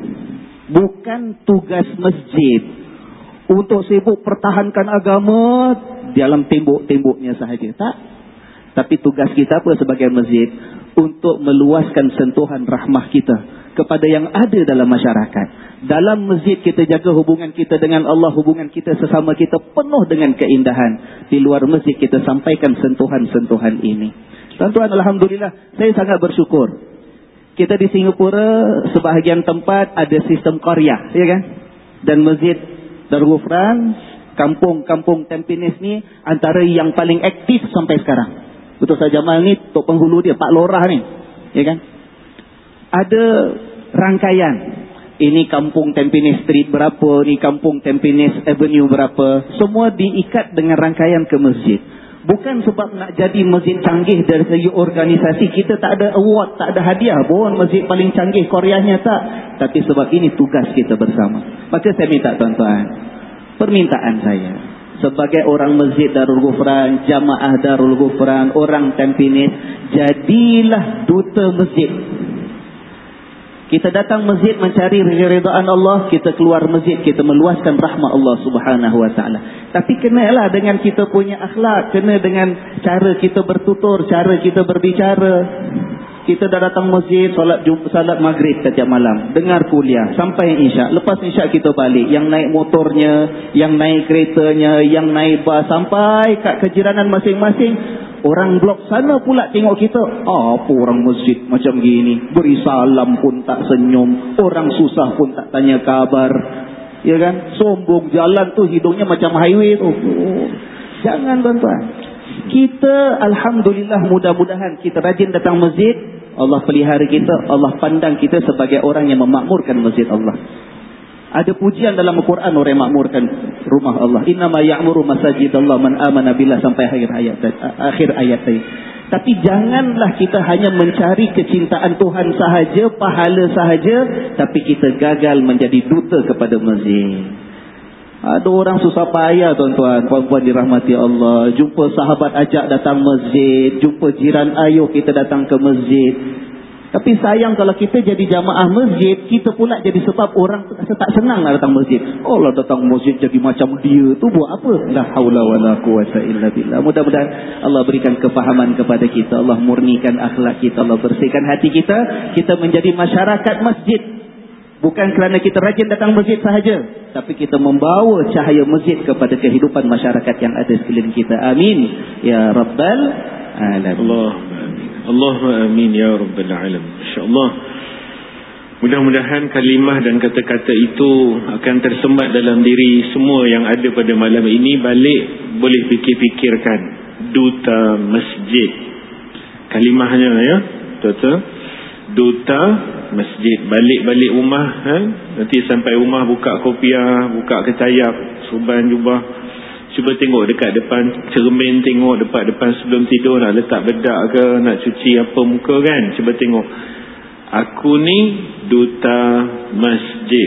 bukan tugas masjid untuk sibuk pertahankan agama dalam tembok-temboknya sahaja, tak. Tapi tugas kita apa sebagai masjid? Untuk meluaskan sentuhan rahmah kita kepada yang ada dalam masyarakat. Dalam masjid kita jaga hubungan kita dengan Allah, hubungan kita sesama kita penuh dengan keindahan. Di luar masjid kita sampaikan sentuhan-sentuhan ini. Tuan-tuan, alhamdulillah, saya sangat bersyukur. Kita di Singapura, sebahagian tempat ada sistem qaryah, ya kan? Dan masjid Darul Ghufran, kampung-kampung Tampines ni antara yang paling aktif sampai sekarang. Betul saja Jamal ni, tok penghulu dia, Pak Lorah ni, ya kan? Ada rangkaian. Ini kampung Tampines Street berapa, ni kampung Tampines Avenue berapa. Semua diikat dengan rangkaian ke masjid. Bukan sebab nak jadi masjid canggih dari segi organisasi. Kita tak ada award, tak ada hadiah pun masjid paling canggih Koreanya, tak. Tapi sebab ini tugas kita bersama. Maka saya minta tuan-tuan, permintaan saya sebagai orang masjid Darul Ghufran, jamaah Darul Ghufran, orang Tampines, jadilah duta masjid. Kita datang masjid mencari keridaan Allah, kita keluar masjid kita meluaskan rahmat Allah Subhanahu wa taala. Tapi kenalah dengan kita punya akhlak, kena dengan cara kita bertutur, cara kita berbicara. Kita dah datang masjid, salat maghrib setiap malam, dengar kuliah sampai isyak. Lepas isyak kita balik, yang naik motornya, yang naik keretanya, yang naik bas sampai kat kejiranan masing-masing. Orang blok sana pula tengok kita. Apa orang masjid macam gini, beri salam pun tak senyum, orang susah pun tak tanya kabar. Ya kan? Sombong, jalan tu hidungnya macam highway tu. Jangan tuan-tuan. Kita alhamdulillah, mudah-mudahan kita rajin datang masjid. Allah pelihara kita, Allah pandang kita sebagai orang yang memakmurkan masjid Allah. Ada pujian dalam Al-Quran orang yang makmurkan rumah Allah. Innama ya'muru masajidallah man amana billah sampai akhir ayat tadi. Tapi janganlah kita hanya mencari kecintaan Tuhan sahaja, pahala sahaja, tapi kita gagal menjadi duta kepada masjid. Ada orang susah payah tuan-tuan, puan-puan dirahmati Allah. Jumpa sahabat ajak datang masjid, jumpa jiran ayuh kita datang ke masjid. Tapi sayang kalau kita jadi jamaah masjid, kita pula jadi sebab orang tak senang nak datang masjid. Allah datang masjid jadi macam dia tu buat apa? La haula wala quwata illa billah. Mudah-mudahan Allah berikan kefahaman kepada kita, Allah murnikan akhlak kita, Allah bersihkan hati kita, kita menjadi masyarakat masjid. Bukan kerana kita rajin datang masjid sahaja, tapi kita membawa cahaya masjid kepada kehidupan masyarakat yang ada sekeliling kita. Amin ya rabbal alamin. Allahumma amin ya rabbal alamin. InsyaAllah mudah-mudahan kalimah dan kata-kata itu akan tersembat dalam diri semua yang ada pada malam ini. Balik boleh fikir-fikirkan duta masjid. Kalimahnya ya, duta masjid. Balik-balik rumah, nanti sampai rumah buka kopiah, buka ketayap, suban jubah. Cuba tengok dekat depan cermin, tengok depan sebelum tidur nak letak bedak ke, nak cuci apa muka kan. Cuba tengok, aku ni duta masjid.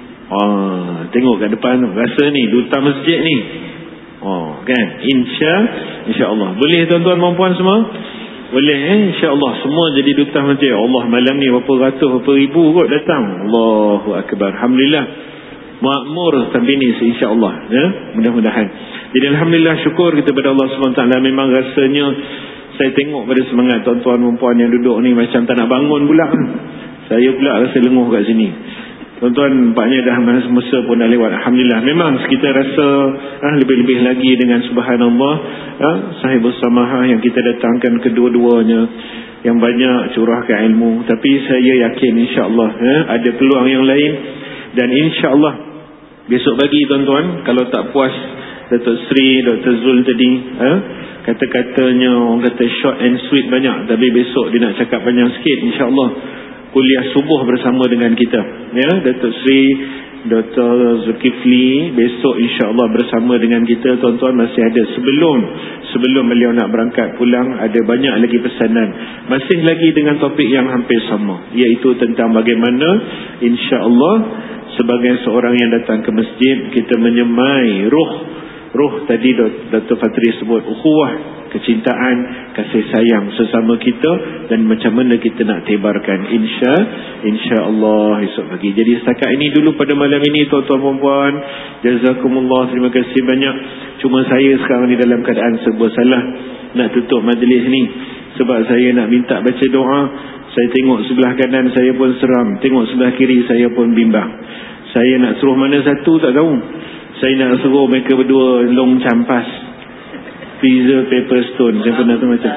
Tengok kat depan, rasa ni duta masjid ni. Kan, insya-Allah. Boleh tuan-tuan dan puan semua? Boleh insya-Allah semua jadi duta masjid. Allah malam ni berapa ratus, berapa ribu kot datang. Allahu akbar. Alhamdulillah. Makmur sampai ni insya-Allah ya, mudah-mudahan. Jadi alhamdulillah, syukur kita kepada Allah SWT. Memang rasanya saya tengok pada semangat tuan-tuan dan puan yang duduk ni macam tak nak bangun pula. Saya pula rasa lenguh kat sini. Tuan-tuan nampaknya dah masa pun dah lewat. Alhamdulillah. Memang kita rasa lebih-lebih lagi dengan subhanallah sahibus samahah yang kita datangkan kedua-duanya, yang banyak curahkan ilmu. Tapi saya yakin insya-Allah ada peluang yang lain. Dan insya-Allah besok pagi tuan-tuan, kalau tak puas Datuk Sri, Dr. Zul tadi kata-katanya orang kata short and sweet banyak, tapi besok dia nak cakap panjang sikit. InsyaAllah kuliah subuh bersama dengan kita ya, Datuk Sri, Dr. Zulkifli besok insya-Allah bersama dengan kita tuan-tuan. Masih ada sebelum beliau nak berangkat pulang, ada banyak lagi pesanan, masih lagi dengan topik yang hampir sama, iaitu tentang bagaimana insya-Allah sebagai seorang yang datang ke masjid, kita menyemai ruh tadi Dr. Fatri sebut, ukhuwah, kecintaan, kasih sayang sesama kita, dan macam mana kita nak tebarkan insya-Allah esok pagi. Jadi setakat ini dulu pada malam ini tuan-tuan dan puan, jazakumullah, terima kasih banyak. Cuma saya sekarang ni dalam keadaan serba salah nak tutup majlis ni, sebab saya nak minta baca doa. Saya tengok sebelah kanan saya pun seram, tengok sebelah kiri saya pun bimbang. Saya nak suruh mana satu tak tahu. Saya nak suruh mereka berdua long campas, pizza paper stone. Saya pernah tu macam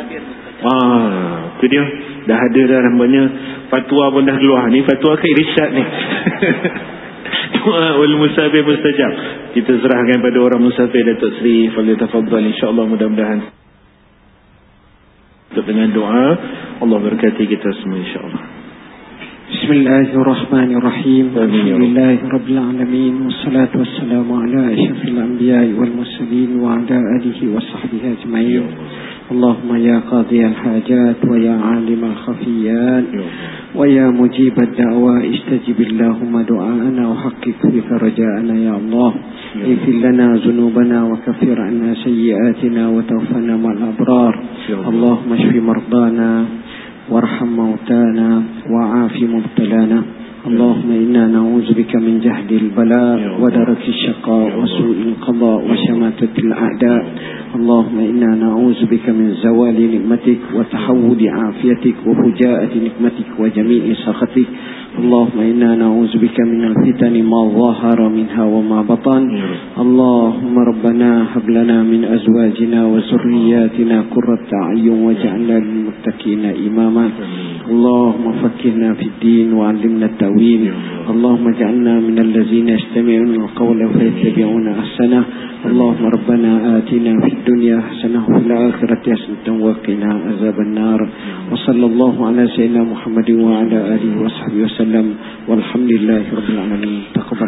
tu dia dah ada dah nampaknya. Fatwa pun dah keluar. Ni fatwa ke Irsyad ni. Doa ul musafir mustajab. Kita serahkan pada orang musafir Datuk Sri Falyatafaddal insya-Allah. Mudah-mudahan dengan doa Allah berkati kita semua insya-Allah. Bismillahirrahmanirrahim. Alhamdulillahirabbil alamin, wassalatu wassalamu ala asyrafil anbiya'i wal mursalin wa ala alihi washabbihi ajma'in. Allahumma ya qadhiyal hajat wa ya 'alimal khafiyat wa ya mujibad da'wa istajib Allahumma du'ana wa haqqiq fi raja'ana ya Allah. Ighfir lana dhunubana wa kaffir 'anna sayyi'atina wa tawaffana ma'al abrar. Allahumma shfi mardana وارحم موتانا وعاف مبتلانا اللهم إنا نعوذ بك من جهد البلاء ودرك الشقاء وسوء القضاء وشماتة الأعداء اللهم إنا نعوذ بك من زوال نعمتك وتحول عافيتك وفجاءة نقمتك وجميع سخطك اللهم إنا نعوذ بك من الفتن ما ظهر منها وما بطن اللهم ربنا هب لنا من أزواجنا وذرياتنا قرة أعين واجعلنا للمتقين إماما اللهم فقهنا في الدين وعلمنا التأويل اللهم اجعلنا من الذين يستمعون القول فيتبعون أحسنه اللهم ربنا آتنا في الدنيا حسنة وفي الآخرة حسنة وقنا عذاب النار وصلى الله على سيدنا محمد وعلى آله وصحبه وسلم والحمد لله رب العالمين. تقبل